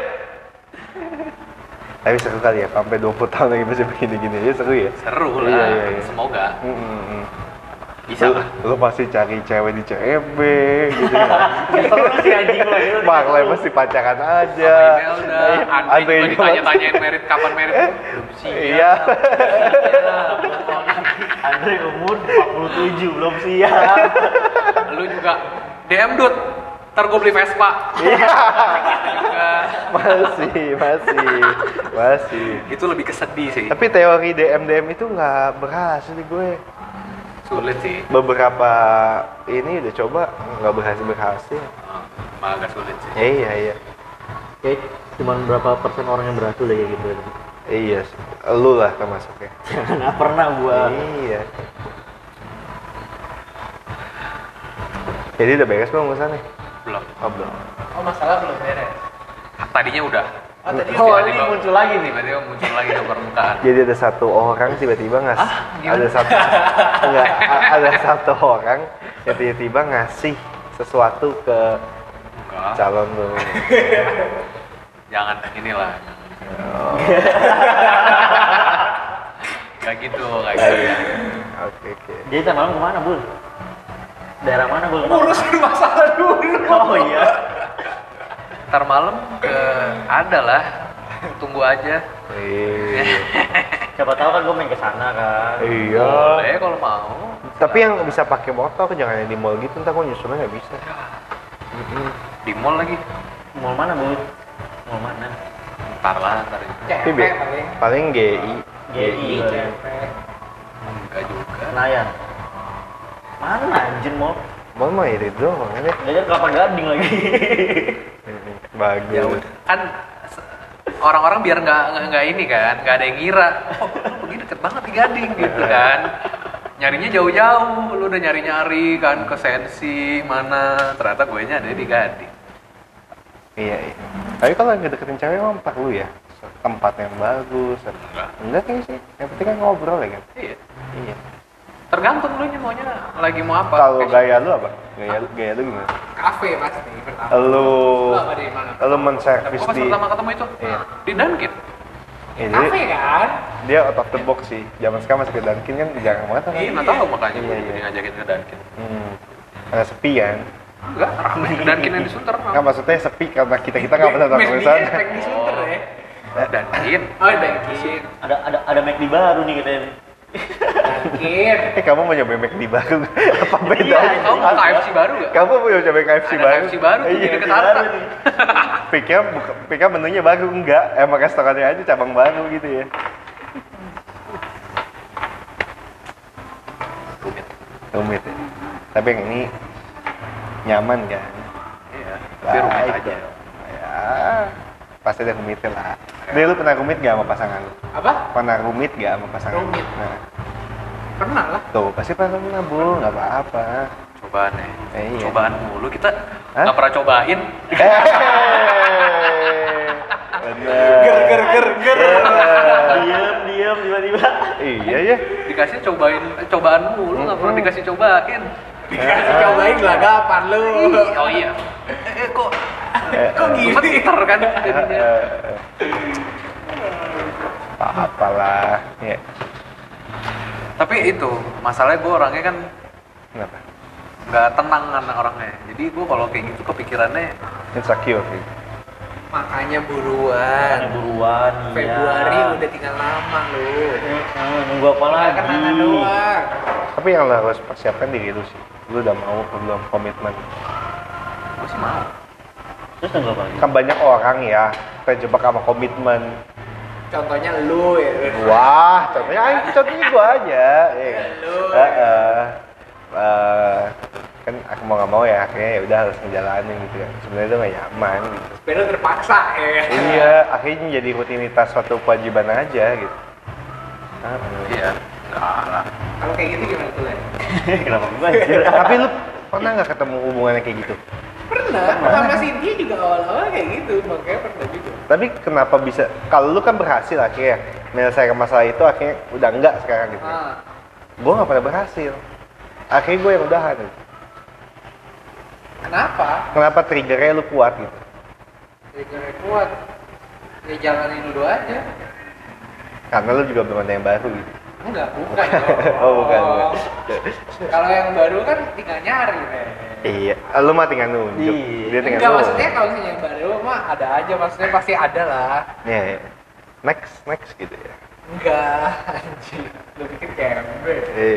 Tapi seru kali ya, sampai 20 tahun lagi masih begini-gini aja seru ya. Seru lah. Iya. Semoga. Bisa Lu, lah. lu pasti cari cewek di CFB gitu ya. Seru sih anjing lo itu. Maklai pasti pacaran aja. Sama Imelda, Andre juga juga ditanya-tanyain merit, kapan merit? Belum siap. Iya. Andre umur 47 belum siap. Lu juga DM Dut, ntar gue beli Vespa. Iya. Juga. Masih. Itu lebih kesedih sih. Tapi teori DM itu nggak berhasil di gue. Sulit sih. Beberapa ini udah coba nggak berhasil. Malah agak sulit sih. Iya. Kayak cuman berapa persen orang yang berhasil kayak gitu. Iya, lu lah termasuknya. Jangan pernah gua. Iya. Jadi udah beres belum urusannya? Belum. Oh, belum. Oh, masalah belum beres. Tadinya udah. Oh, tadi Oh, udah. ini muncul lagi nih. Tiba-tiba muncul lagi ke permukaan. Jadi ada satu orang tiba-tiba Gimana? ada satu orang yang tiba-tiba ngasih sesuatu ke Enggak. calon lu. Jangan inilah. Oh, Gak gitu, gak gitu. Oke. Jadi tadi malam kemana, Bul? Daerah mana, Bul? Urusin masalah dulu. Oh iya. Ntar malam ada lah. Tunggu aja. Iya. Siapa tahu kan gua main ke sana kan. Iya. Boleh kalau mau. Tapi yang bisa pakai motor jangan yang di mall gitu, ntar gua nyusunnya nggak bisa. Di mall lagi. Mall mana, Bul? Mall mana? Ntar lah, ntar. Tapi Cepet paling. paling GI. GI. Cepet. Enggak juga. Senayan. Mana anjir mall? Mall mah itu doang kan ya. Jajan Kelapa Gading lagi. Bagus. Ya udah. Kan orang-orang biar nggak ini kan, nggak ada yang ngira. Oh, lu pergi deket banget di Gading gitu kan. Nyarinya jauh-jauh, lu udah nyari-nyari kan ke Sensi mana, ternyata gue nya ada di Gading. Iya. Tapi kalau nggak deketin cewek emang perlu ya tempat yang bagus. Enggak kayaknya sih. Yang penting kan ngobrol ya kan. Iya. Iya. Tergantung lu maunya lagi mau apa. Kalau Kayak- gaya lu apa? Gaya lu gimana? Kafe pasti pertama. Lu Lu apa di mana? lu men-service Gue pas di pertama ketemu itu Iya. di Dunkin. Ya, Kafe jadi kan? dia out of the box sih. Zaman sekarang masih ke Dunkin kan jarang banget kan. Iya, nggak tahu makanya gue Iya. jadi ngajakin ke Dunkin. Ada sepi kan? Enggak, ramai ke Dunkin yang di Sunter. Kan maksudnya sepi karena kita nggak pernah datang ke sana. Mac di Sunter ya. Dunkin. Oh, Dunkin. Ada McD baru nih katanya. Dunkin. Kamu mau nyobain McD baru? Apa beda? Iya, Kamu mau KFC baru nggak? Kamu mau nyobain KFC Ada baru? KFC baru tuh di Iya. dekat Harta. Pikir menunya baru enggak? Emang restorannya aja cabang baru gitu ya. Rumit. Rumit ya. Tapi yang ini nyaman kan? Iya, tapi rumit Baik aja. dong. Ya, pasti ada rumitnya lah. Dia lu pernah rumit gak sama pasangan lu? Apa? Pernah rumit gak sama pasangan lu? Rumit. Nah, Pernah lah. tuh pasti pernah Bu, nggak apa-apa. Cobaan ya. Iya. Cobaan mulu kita Hah? nggak pernah cobain. Bener. Ger. Diam tiba-tiba. Iya ya. Dikasih cobaan mulu nggak pernah dikasih cobain. Dikasih cobain gelagapan lu. Oh iya. Kok Kok gini? gemeter kan jadinya. Apalah. Ya. Tapi itu masalahnya gue orangnya kan Kenapa? nggak tenang kan orangnya. Jadi gue kalau kayak gitu kepikirannya Insecure gitu. Makanya buruan. Buruan. Februari udah tinggal lama lu. Nunggu apa lagi? Kenangan doang. Tapi yang lo harus persiapkan diri lu sih. Lu udah mau belum komitmen. gue sih mau. Terus nunggu apa lagi? Kan banyak orang ya terjebak sama komitmen. Contohnya lu ya. Wah, contohnya gua aja. Iya kan? Lu. Kan aku mau nggak mau ya, akhirnya ya udah harus ngejalanin gitu ya. Sebenarnya itu nggak nyaman gitu. Padahal terpaksa ya. Iya, akhirnya jadi rutinitas suatu kewajiban aja gitu. Iya. Enggak lah. Kalau kayak gitu gimana tuh, Len? Kenapa gua anjir? Tapi lu pernah nggak ketemu hubungannya kayak gitu? Pernah. Sama Cynthia juga awal-awal kayak gitu. Makanya pernah juga. Tapi kenapa bisa? Kalau lu kan berhasil akhirnya menyelesaikan masalah itu, akhirnya udah enggak sekarang gitu. Ah. gue nggak pernah berhasil. Akhirnya gue yang udahan. Kenapa triggernya lu kuat gitu? Triggernya kuat. Ya jalanin dulu aja. Karena lu juga belum ada yang baru gitu. Enggak, bukan dong. Oh, bukan. Kalau yang baru kan tinggal nyari, Iya, lu mah tinggal nunjuk. Dia tinggal enggak, nunjuk. maksudnya kalau misalnya yang baru mah ada aja, maksudnya pasti ada lah. Iya. Next gitu ya. Enggak, anjir. Lu pikir kembe.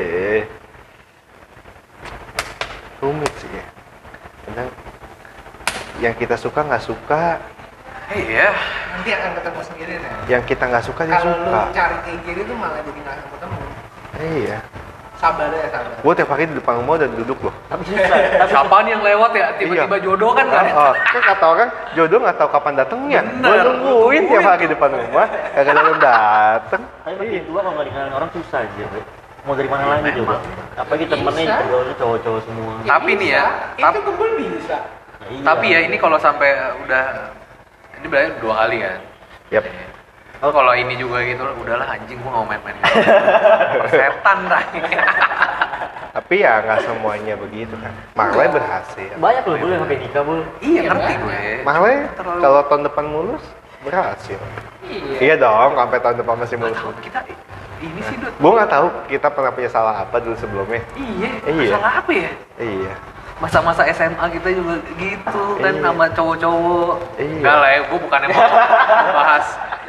Rumit sih ya. Kadang yang kita suka nggak suka, Iya. Nanti akan ketemu sendiri nih. yang kita nggak suka dia Kalau lu suka. cari kayak gini tuh malah jadi nggak ketemu. Iya. Sabar ya, sabar. Gue tiap hari di depan rumah udah duduk loh. Tapi susah. Siapa nih yang lewat ya? Tiba-tiba Iya. jodoh kan nggak ada. Kan kata orang jodoh nggak tahu kapan datangnya. Bener. Gue nungguin tiap hari di depan rumah, kagak ada yang dateng. Tapi makin tua kalau nggak dikenalin orang susah aja, Bro. Mau dari mana lagi coba? Apalagi temennya Bisa. juga cowok-cowok semua. Tapi nih ya, itu kebun bisa. Iya. Tapi ya ini kalau sampai udah ini berarti 2 kali kan. Yap. Oh kalau ini juga gitu, udahlah anjing gua nggak mau main-main gitu. Setan dah. Tapi ya nggak semuanya begitu kan. Marley berhasil. Banyak loh, boleh sampai nikah, Bul. Iya Iya, ngerti banyak. gue. Marley Terlalu- kalau tahun depan mulus berhasil. Iya dong, sampai tahun depan masih Nggak mulus. tahu kita ini sih Dut. Gue nggak tahu kita pernah punya salah apa dulu sebelumnya. Iya. Iya. Masalah apa ya? Iya. Masa-masa SMA kita juga gitu kan Iya. sama cowok-cowok. Iya. Enggak lah ya, gue bukannya mau bahas.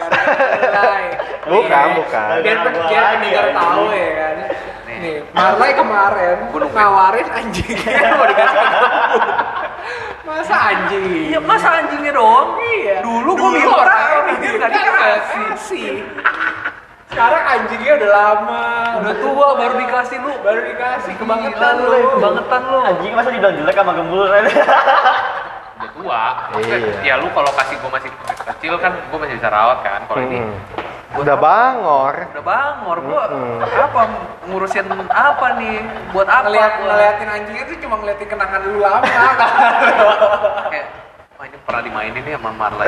Bukan. Biar pendengar tahu ya kan. Nih, Marley kemarin Gua nungguin. nawarin anjingnya mau dikasih ke kamu. Masa anjing? Iya masa anjingnya doang? Iya. Dulu gue Dulu minta orang ini dia nggak dikasih. Sekarang anjingnya udah lama. Udah tua baru dikasih lu. Baru dikasih Kebangetan Gila lu, kebangetan lu. Anjing masa dibilang jelek sama gembul kan? Udah tua. Maksudnya, Iya. ya lu kalau kasih gue masih kecil kan gue masih bisa rawat kan. Kalau ini Udah bangor. udah bangor, gue Mm-mm. apa ngurusin apa nih? Buat apa? gua? ngeliatin anjingnya tuh cuma ngeliatin kenangan lu lama. Kayak, wah ini pernah dimainin nih sama Marley.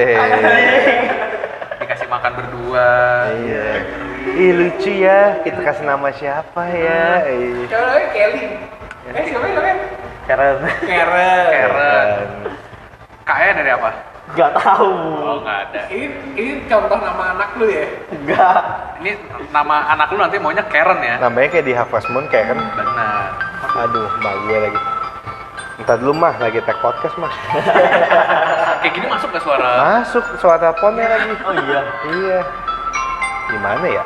Dikasih makan berdua. Iya. Ih lucu ya, kita kasih nama siapa ya? Ih. Coba namanya Kelly. Siapa namanya? Karen. Karen. Karen. Kayaknya dari apa? Gak tahu. Oh nggak ada. Ini contoh nama anak lu ya? Enggak. Ini nama anak lu nanti maunya Karen ya? Namanya kayak di Harvest Moon kayak kan. Benar. Aduh, mbak gue lagi. Entar dulu mah, lagi tag podcast mah. Kayak gini masuk gak suara? Masuk suara teleponnya lagi. Oh iya. Iya. Gimana ya?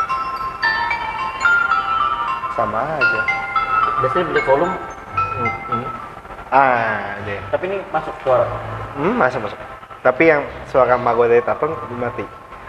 Sama aja. Biasanya beli volume. Deh. Tapi ini masuk suara. Masuk. Tapi yang suara mbak gue dari telepon mati.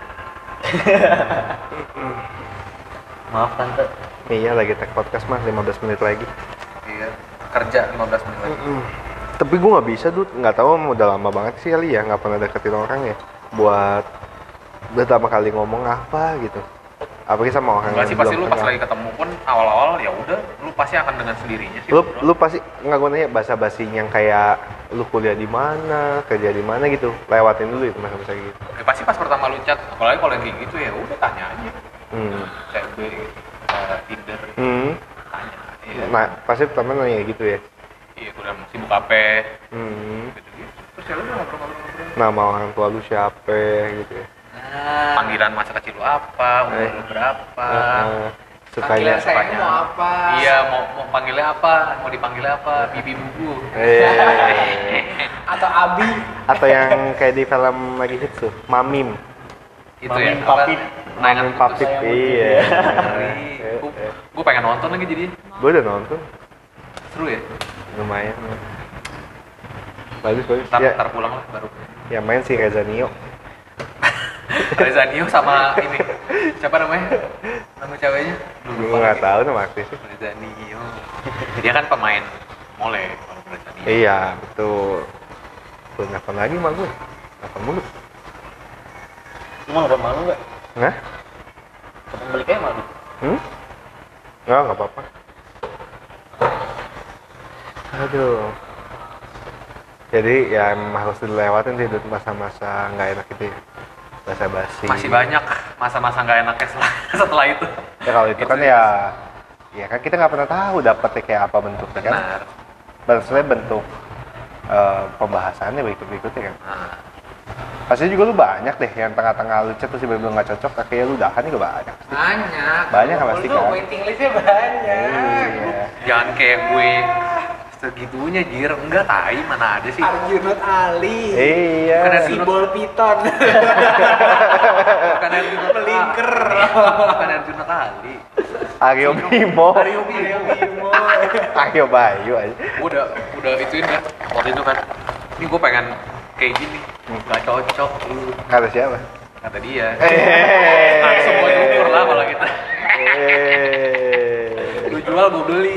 Maaf tante. Iya, lagi tag podcast mah 15 menit lagi. Iya. Kerja 15 menit lagi. Tapi gue nggak bisa tuh, nggak tahu udah lama banget sih kali ya, nggak pernah deketin orang ya. Buat pertama kali ngomong apa gitu. Apalagi sama orang Enggak sih, yang pasti belum lu pas kenal. lagi ketemu pun awal-awal ya udah, lu pasti akan dengan sendirinya sih. lu bro. lu pasti nggak gue nanya basa-basi yang kayak lu kuliah di mana, kerja di mana gitu, lewatin dulu itu masa-masa gitu. Ya, pasti pas pertama lu chat, apalagi kalau yang kayak gitu ya udah tanya aja. CB, Tinder, tanya. Iya. Nah pasti pertama nanya gitu ya. Iya, udah sibuk apa? Hmm. Gitu-gitu. Terus ya udah ngobrol-ngobrol. Nama orang tua lu siapa gitu ya. Panggilan masa kecil lu apa, umur lu berapa? Sukanya Panggilan sayangnya mau apa? Iya, mau panggilnya apa? Mau dipanggilnya apa? Bibi bubu. Atau Abi? Atau yang kayak di film lagi hits tuh, Mamim. Itu Mamim ya. Papip. Mamim Papip, iya. Gue pengen nonton lagi jadi. Gue udah nonton, Seru ya? lumayan. Bagus. Ntar pulang lah baru. Ya main si Reza Nio. Reza Nio sama ini. Siapa namanya? Nama ceweknya? Gue nggak tahu nama artisnya. Reza Nio. Dia kan pemain mole kalau Reza Nio. Iya, betul. Tuh nelfon lagi sama gue. Nelfon mulu. Lu mau nonton malu nggak? Hah? Kapan balik aja malu? Nggak apa-apa. Aduh. Jadi ya emang harus dilewatin sih Dut, masa-masa nggak enak itu ya. Basa-basi. Masih banyak masa-masa nggak enaknya setelah itu. Ya kalau itu kan ya Ya kan kita nggak pernah tahu dapetnya kayak apa bentuknya kan. Benar. Maksudnya bentuk pembahasannya berikut-berikutnya kan. Nah, Pasti juga lu banyak deh yang tengah-tengah lu chat terus tiba-tiba nggak cocok, akhirnya lu udahan juga banyak. Banyak kan pasti Lu kan. waiting listnya banyak. Iya. jangan kayak gue segitunya jir, enggak tai mana ada sih. Arjunot Ali. Iya. Bukan ada Simbol piton. Bukan Arjuna Melingker. Bukan Arjuna kali. Aryo Bimo. Aryo Bimo. Aryo Bayu aja. Gue udah ituin kan waktu itu kan. Ini gue pengen kayak gini, nggak cocok lu, Kata siapa? kata dia. Eh. Langsung gue cukur lah kalau gitu. Eh. Lu jual gue beli.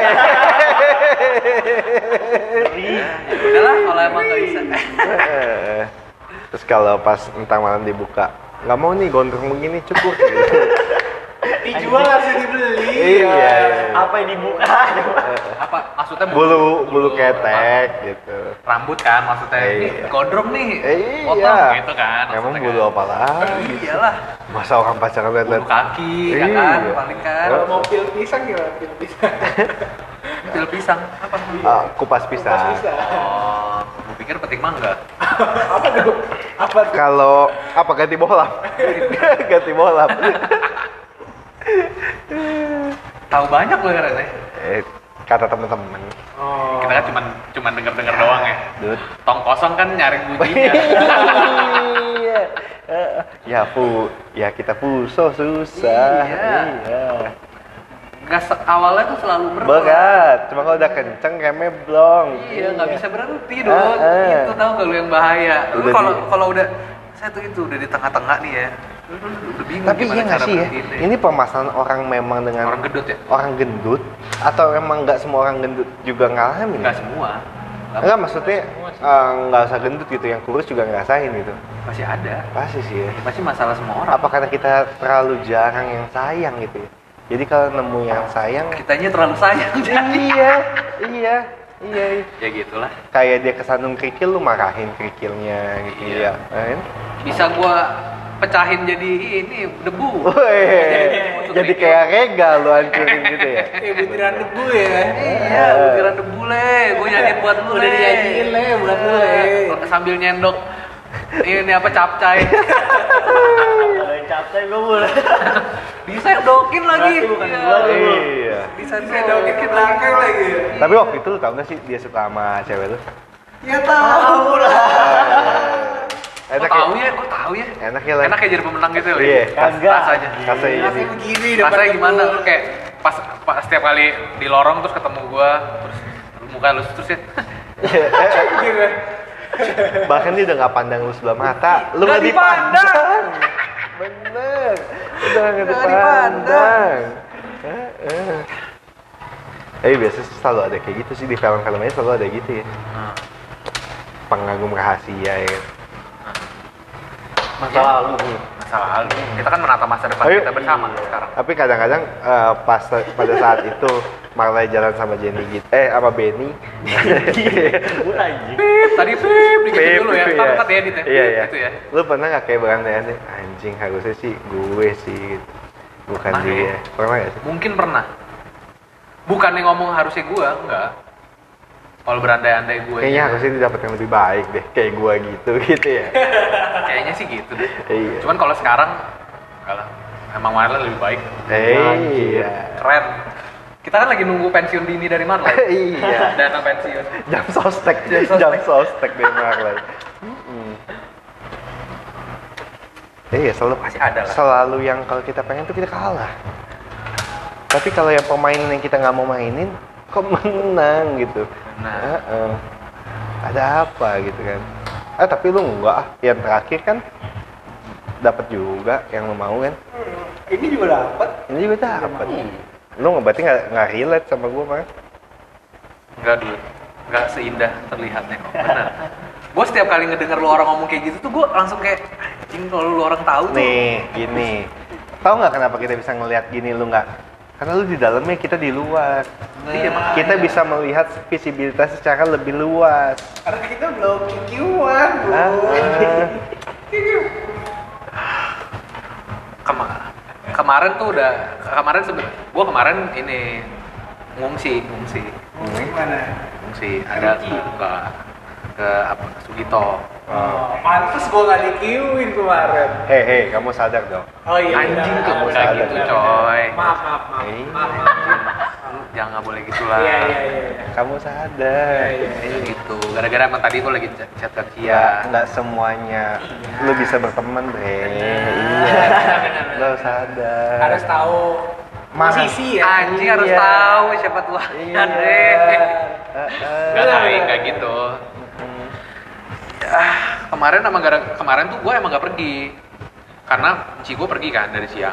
Ya udahlah kalau emang nggak bisa. Terus kalau pas entah malam dibuka, nggak mau nih gondrong begini cukup. Dijual harus dibeli. Iya. Apa yang dibuka? Apa maksudnya Bulu ketek gitu. rambut kan maksudnya. Iya. Nih, gondrong nih. Iya. Potong gitu kan. Emang maksudnya bulu kan. apa lagi? Iyalah. Masa orang pacaran liat-liat? Bulu kaki ya Iya. kan paling kan. Kalau mau pil pisang gimana? Pil pisang. Pil pisang apa? Kupas pisang. Oh, gue pikir petik mangga. Apa tuh? Apa tuh? Kalau apa ganti bola? Ganti bola. Tahu banyak loh ya Ren. Kata teman-teman. Oh. Kita kan cuman denger doang ya. Dud. Tong kosong kan nyari bunyinya. Iya. Ya kita puso susah. Iya. Iya. Awalnya tuh selalu Berat. Cuma kalau udah kenceng remnya blong. Iya, nggak bisa berhenti dong. Itu tahu gak lu yang bahaya. Lu Udah kalau udah saya tuh itu udah di tengah-tengah nih ya. Lu udah bingung Tapi gimana iya nggak cara sih ya? berhenti. Ini permasalahan orang memang dengan Orang gendut ya? orang gendut atau emang nggak semua orang gendut juga ngalamin? Nggak semua. Enggak, maksudnya nggak usah gendut gitu, yang kurus juga ngerasain gitu. Masih ada. Pasti sih ya. Pasti masalah semua orang. Apa karena kita terlalu jarang yang sayang gitu ya? Jadi kalau nemu yang sayang, Kitanya terlalu sayang jadi. iya. Ya gitulah. Kayak dia kesandung kerikil, lu marahin kerikilnya gitu Iya. ya. Kan? Bisa gua pecahin jadi ini debu. Wih, jadi kayak regal lu hancurin gitu ya. Kayak butiran debu ya. Iya, butiran debu le. Gua nyanyiin buat lu Udah dijanjiin le buat lu le. Sambil nyendok ini apa capcay. Kalau yang capek gue boleh. Disendokin lagi. Berarti bukan Iya. gua tuh. Iya. Disendokin ke belakang lagi. Tapi waktu itu lu tau gak sih dia suka sama cewek lu? Ya tahu lah. Enak Gua tahu ya. Enak ya lah. Enak ya jadi pemenang gitu ya. Iya. Kagak. Rasanya. Rasanya jadi. Rasanya begini depan Rasanya debu. gimana? Lu kayak pas setiap kali di lorong terus ketemu gua terus muka lu terus ya. Gitu. Bahkan dia udah gak pandang lu sebelah mata, lu Nggak gak dipandang. Bener, udah gak dipandang. Biasanya sih selalu ada kayak gitu sih, di film-filmnya selalu ada gitu ya. Pengagum rahasia ya. Masa lalu. Masa lalu. Kita kan menata masa depan Ayo. kita bersama sekarang. Tapi kadang-kadang pada saat itu Marley jalan sama Jenny gitu, sama Benny. Gue anjing. Pip, tadi pip dikit Pip, dulu ya. pip, Ntar diedit ya. Iya. Gitu ya. Lu pernah gak kayak berandai-andai, anjing harusnya sih gue sih gitu. Bukan Pernah dia. ya. Pernah gak sih? Mungkin pernah. Bukannya ngomong harusnya gua, enggak. Kalau berandai-andai gue. Kayaknya harusnya dia dapat yang lebih baik deh, kayak gue gitu ya. Kayaknya sih gitu deh. Iya. Cuman kalau sekarang enggak lah. Emang Marley lebih baik. Iya. Keren. Kita kan lagi nunggu pensiun dini dari Marley. Iya. Dana pensiun. Jam sostek dari Marley. Iya, selalu Pasti ada lah. Selalu yang kalau kita pengen tuh kita kalah. Tapi kalau yang permainan yang kita nggak mau mainin, kok menang gitu. Nah. Ada apa gitu kan? Tapi lu enggak. Yang terakhir kan dapat juga yang lu mau kan? Ini juga dapat. Ini juga dapat. Lu berarti nggak relate sama gua mah? Enggak dulu. Enggak seindah terlihatnya kok. Benar. Gue setiap kali ngedenger lu orang ngomong kayak gitu tuh gue langsung kayak anjing kalau lu orang tahu tuh. Nih, gini. Tahu nggak kenapa kita bisa ngelihat gini lu nggak? Karena lu di dalamnya, kita di luar. Iya, makanya. Kita bisa melihat visibilitas secara lebih luas. Karena kita belum kikiuan, Bu. Ah. Come kemarin tuh udah gua kemarin ini ngungsi ada ke apa Sugito. Pantes gue gak di-queuein kemarin. Hei, kamu sadar dong. Oh iya. Anjing tuh Kamu nggak sadar. gitu coy. Maaf. Jangan nggak boleh gitulah. Iya. Kamu sadar. Gitu. Gara-gara emang tadi gue lagi chat ke Cia. Nggak semuanya lu bisa berteman, Bre. Iya. Lu sadar. Harus tahu posisi ya. Anjing harus Iya. tahu siapa Tuhan, Iya. Andre. Nggak gitu. Kemarin tuh gue emang gak pergi karena Ci gue pergi kan dari siang.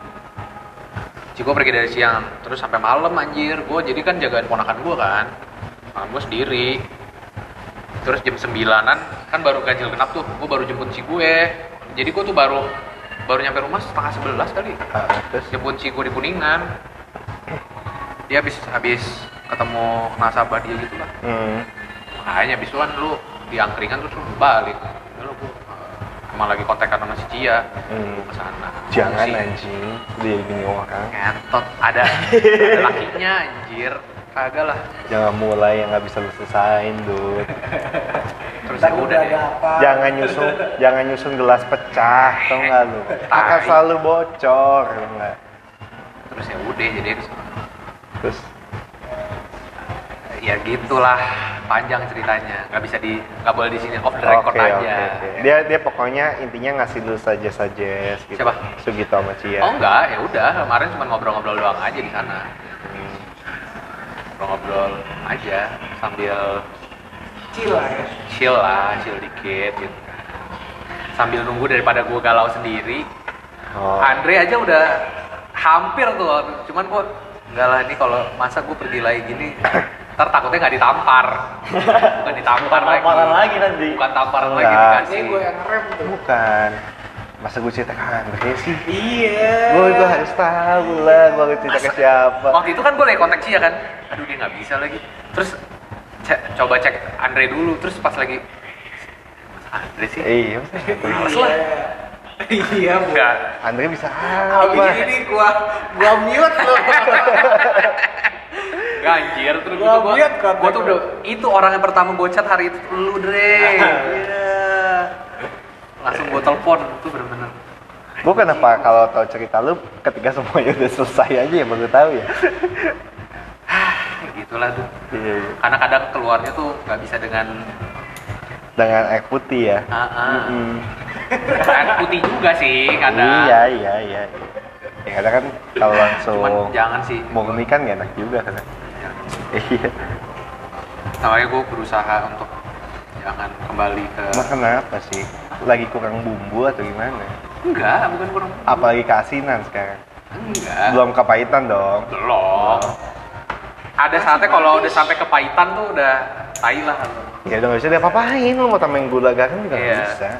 Terus sampai malam anjir. Gue jadi kan jagain ponakan gue kan. Ponakan gue sendiri. Terus jam 9-an kan baru ganjil genap tuh. Gue baru jemput Ci gue. Jadi gue tuh baru nyampe rumah setengah 11 kali. Terus Jemput Ci gue di Kuningan. Dia habis ketemu nasabah dia gitu lah. Makanya abis itu kan lu di angkringan terus lu balik. Lalu gua emang lagi kontekan sama si Cia. Gua kesana. Jangan Si- anjing, dia gini orang. Ngentot ada lakinya anjir. Kagak lah. Jangan mulai yang nggak bisa lu selesain, Dut. Terus ya udah deh. Jangan nyusun gelas pecah, tau nggak lu? Akan Tai. selalu bocor, tau nggak? Terus ya udah jadi Terus ya gitulah panjang ceritanya. Nggak boleh di sini off the record aja. oke. Dia pokoknya intinya ngasih lu saja gitu. Siapa? Sugito sama Cia. Oh enggak, ya udah kemarin cuma ngobrol-ngobrol doang aja di sana. Ngobrol aja sambil chill dikit gitu. Sambil nunggu daripada gue galau sendiri. Oh. Andre aja udah hampir tuh, cuman gue enggak lah ini kalau masa gue pergi lagi gini, ntar takutnya nggak ditampar. Bukan ditampar lagi. Tamparan lagi nanti. Bukan tamparan lagi Enggak. dikasih. Ini gue yang ngerem tuh. Bukan. Masa gue cerita ke Andre sih? Iya. Gue harus tahu lah, gue cerita ke siapa. Waktu itu kan gue lagi kontak Cia kan, aduh dia nggak bisa lagi. Terus coba cek Andre dulu, terus pas lagi Mas Andre sih, Iya, males lah. Iya, Bu. Enggak. Andre bisa Abis apa? ini gua mute loh. Enggak anjir, terus Gua liat kan, gua tuh udah, itu orang yang pertama gua chat hari itu lu Dre. Iya. Langsung gua telepon, itu bener-bener. Gue kenapa kalau tahu cerita lu ketika semuanya udah selesai aja ya baru tahu ya. Gitulah tuh. Iya. Karena kadang keluarnya tuh nggak bisa dengan Dengan air putih ya. air putih juga sih kadang. Iya. Ya kadang kan kalau langsung Cuman jangan sih. murni kan gak enak juga kan. Iya. Makanya gue berusaha untuk jangan kembali ke. Emang kenapa sih? Lagi kurang bumbu atau gimana? Enggak, bukan kurang. Apalagi keasinan sekarang. Enggak. Belum kepahitan dong. Belum. Ada saatnya kalau udah sampai kepahitan tuh udah tai lah. Ya udah gak bisa diapa-apain, lu mau tambahin gula garam juga Iya. gak bisa.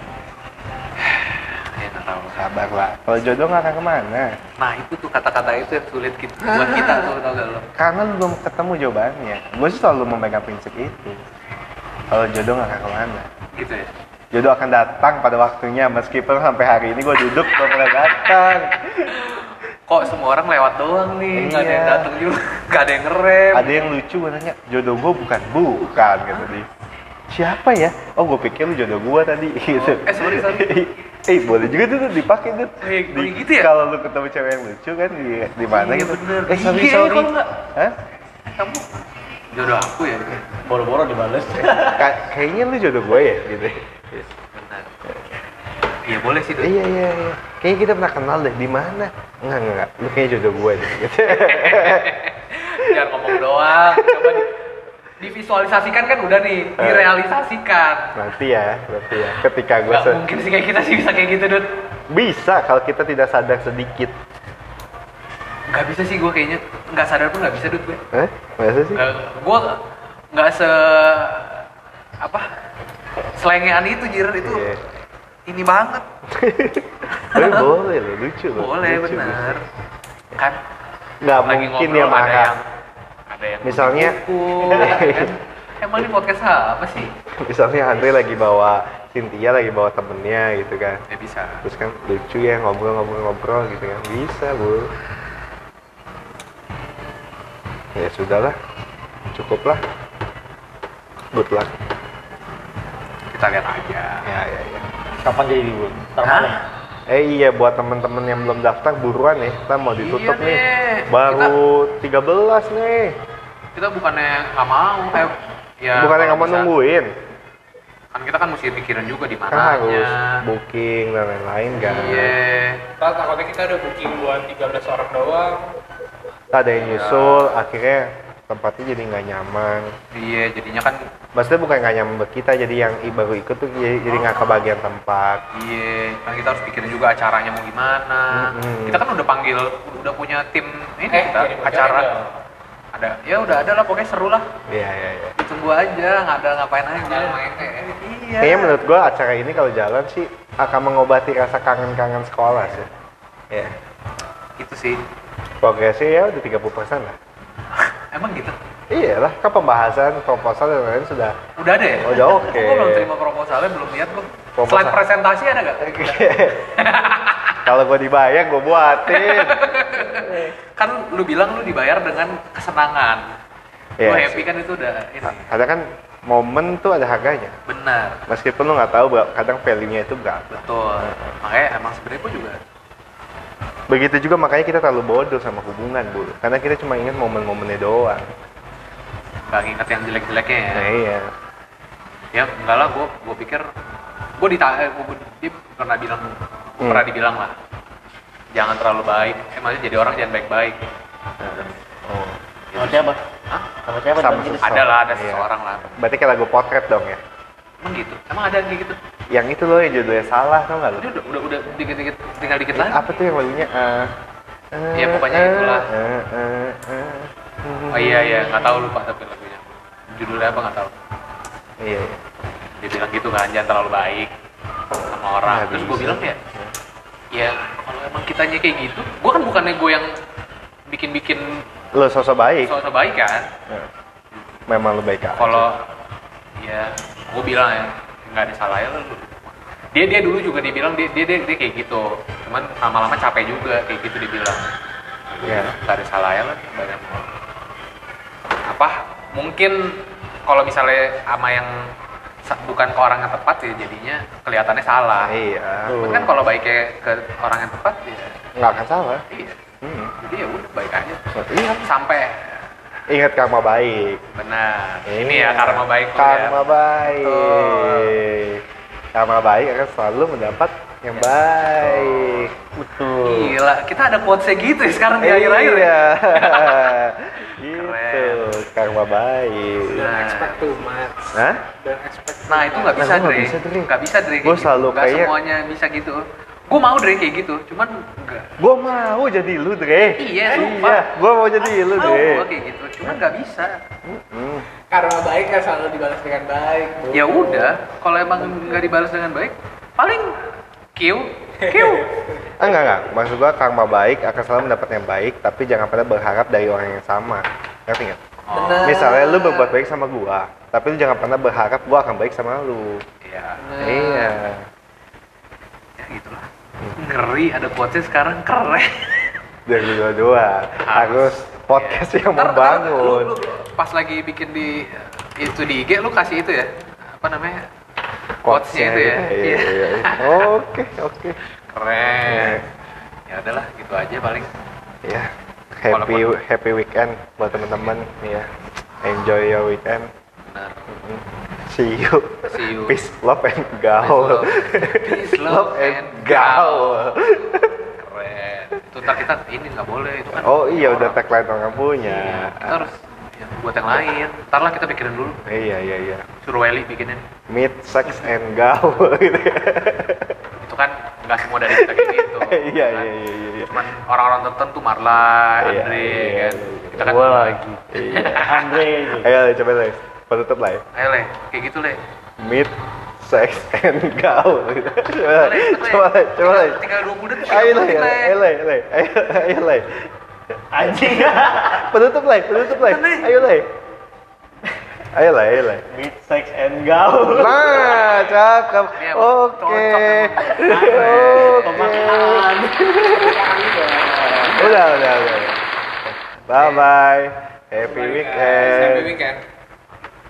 Ya nggak tahu. Sabar lah. Kalau jodoh gak akan kemana. Nah itu tuh kata-kata itu yang sulit gitu buat kita tuh, tau gak lo? Karena lu belum ketemu jawabannya. Gue sih selalu memegang prinsip itu. Kalau jodoh gak akan kemana. Gitu ya. Jodoh akan datang pada waktunya, meskipun sampai hari ini gue duduk belum pernah datang. Kok semua orang lewat doang nih, nggak ada yang Iya. datang juga, nggak ada yang ngerem. Ada yang lucu, gue nanya, jodoh gue bukan kata dia. Siapa ya? Oh, gue pikir lu jodoh gue tadi. Gitu. Sorry. Boleh juga tuh dipakai tuh. Gitu ya? Kalau lu ketemu cewek yang lucu kan di mana Iya, gitu. bener. Sorry. Iya, kalau nggak. Hah? Kamu jodoh aku ya? Boro-boro dibales. Kayaknya lu jodoh gue ya gitu. Benar. Iya boleh sih tuh. Iya. Kayaknya kita pernah kenal deh. Di mana? Enggak. Lu kayaknya jodoh gue deh. Gitu. Jangan ngomong doang. Coba divisualisasikan kan udah nih, direalisasikan. Berarti ya. Ketika gue Gak mungkin sih kayak kita sih bisa kayak gitu, Dut. bisa kalau kita tidak sadar sedikit. Gak bisa sih gue kayaknya, gak sadar pun gak bisa, Dut gue. Hah? Masa sih? Gue gak selengean itu, Jir, itu Iya. ini banget. Tapi boleh loh, lucu loh. Boleh, Lucu, bener. lucu. Kan Nggak lagi mungkin ngobrol dia marah. ada yang Misalnya- buku, ya kan? Emang ini podcast apa sih? Misalnya Andre lagi bawa Cynthia lagi bawa temennya gitu kan. Ya bisa. Terus kan lucu ya ngobrol gitu kan. Bisa, Bu. Ya sudahlah. Cukuplah. Good luck. Kita lihat aja. Ya. Kapan jadi libur? Ntar Hah? malam. Iya buat temen-temen yang belum daftar buruan nih. Kita mau ditutup Iya, nih. nih. Baru 13 nih. Kita bukannya nggak mau, ya Bukannya kalau nggak mau bisa. nungguin. Kan kita kan mesti pikirin juga di Kan harus mananya. booking dan lain-lain kan. Iya. Takutnya kita udah booking buat 13 orang doang. Ada yang nyusul, akhirnya tempatnya jadi nggak nyaman. Iya, jadinya kan Maksudnya bukan nggak nyaman buat kita, jadi yang baru ikut tuh jadi nggak kebagian tempat. iya, kan kita harus pikirin juga acaranya mau gimana. Mm-mm. Kita kan udah punya tim ini kita jadi acara. dong. Ada, ya udah ada lah pokoknya seru lah. Iya. Ditunggu aja, nggak ada ngapain aja. Main kayak Iya. Kayaknya menurut gua acara ini kalau jalan sih akan mengobati rasa kangen-kangen sekolah sih. Ya. Itu sih. Progresnya ya udah 30% lah. Emang gitu? Iya lah, kan pembahasan, proposal dan lain-lain sudah. Udah ada ya? Udah oke. Gue belum terima proposalnya, belum lihat kok. Proposal. Slide presentasi ada nggak? Kalau gua dibayar, gua buatin. Kan lu bilang lu dibayar dengan kesenangan. Lu Iya happy sih. kan itu udah ini. Kadang kan momen tuh ada harganya. Benar, Meskipun lu nggak tahu, kadang value-nya itu berapa. betul. Makanya emang sebenarnya gue juga Begitu juga makanya kita terlalu bodoh sama hubungan, Bu. Karena kita cuma ingat momen-momennya doang. nggak nginget yang jelek-jeleknya ya. Nah, iya. Ya enggak lah, gue pikir dia pernah bilang, pernah dibilang lah, jangan terlalu baik. Maksudnya jadi orang jangan baik-baik. Oh. Sama siapa? Hah? Sama siapa? Sama Gitu. seseorang. Ada lah, ada Iya. seseorang lah. Berarti kayak lagu potret dong ya? Emang gitu? Emang ada yang kayak gitu? Yang itu loh yang judulnya salah, tau nggak lo? Ini udah dikit-dikit, tinggal dikit lagi. Apa tuh yang lagunya? Ya, pokoknya itulah. Oh iya, nggak tahu lupa tapi lagunya. Judulnya apa nggak tahu. Iya. Dia bilang gitu kan, jangan terlalu baik sama orang. Nggak Terus gue bisa. bilang ya kalau emang kitanya kayak gitu, gue kan bukannya gue yang bikin Lo sosok baik. soal baik kan. Memang lo baik aja. Kalau ya gue bilang ya nggak ada salahnya lu. Dia dulu juga dibilang dia kayak gitu. Cuman lama-lama capek juga kayak gitu dibilang. Ya. Nggak ada salahnya lah banyak. Apa mungkin kalau misalnya sama yang bukan ke orang yang tepat ya jadinya kelihatannya salah. Iya. Cuman kan kalau baiknya ke orang yang tepat ya Nggak akan salah. iya. Hmm. Jadi ya udah baik aja. Iya. Sampai Ingat karma baik. benar. Iya. Ini ya karma baik lu Karma ya. baik. Karma baik akan selalu mendapat yang baik. Betul. Gila, kita ada quotes-nya gitu ya sekarang di akhir-akhir ya. Iya. Gitu. Keren. Karma baik. Nah. expect too much. Hah? Don't expect too Nah itu nggak Nah, bisa, gua nggak Dre. bisa, Dre. Nggak bisa, Dre. Gua selalu nggak kayak- semuanya bisa gitu. Gue mau, Dre, kayak gitu. Cuman nggak. Gua mau jadi lu, Dre. Iya, sumpah. Iya, gua mau jadi lu, Mau Dre. gua kayak gitu. Cuman nggak bisa. Hmm. Karma baik kan selalu dibalas dengan baik. Bu. Ya udah, kalau emang nggak dibalas dengan baik, paling Q. Enggak. Maksud gua karma baik akan selalu mendapat yang baik, tapi jangan pernah berharap dari orang yang sama. Ngerti nggak? Oh, Benar. Misalnya lu berbuat baik sama gua, tapi lu jangan pernah berharap gua akan baik sama lu. iya. Nah, Iya. Ya gitulah. Ngeri ada quotes-nya sekarang keren. Dari dua-dua harus podcast yang Ntar, membangun. lu pas lagi bikin di itu di IG lu kasih itu ya. Apa namanya? Quotes-nya itu ya. Iya. Oke. Keren. Ya udahlah, gitu aja paling. Ya. Walaupun- Happy weekend buat teman-teman ya. Enjoy your weekend. Benar. See you. See you. Peace, love and gaul. Peace, love, and gaul. Keren. Itu ntar kita ini nggak boleh itu kan. Oh iya udah orang. tagline orang punya. Iya, kita harus ya, buat yang lain. Ntar lah kita pikirin dulu. Iya. Suruh Welly bikinin. Meet, sex and gaul gitu. Itu kan nggak semua dari kita kayak gitu. Iya. Cuman orang-orang tertentu, Marla, Iya, Andre, iya. kan. Kita kan Gua lagi. Iya. Andre. Ayo coba deh. Penutup lah ya. Ayo Le, kayak gitu Le. Meet, sex and gaul. Coba Le. Tinggal 20 detik. Ayo Le. Ayo Le. Anjing. Penutup Le. Ayo Le. Ayolah, ayolah. Meet, sex, and gaul. Nah, cakep. Iya, Oke. cocok Pemakan. Udah. Bye bye. Happy weekend. Happy weekend.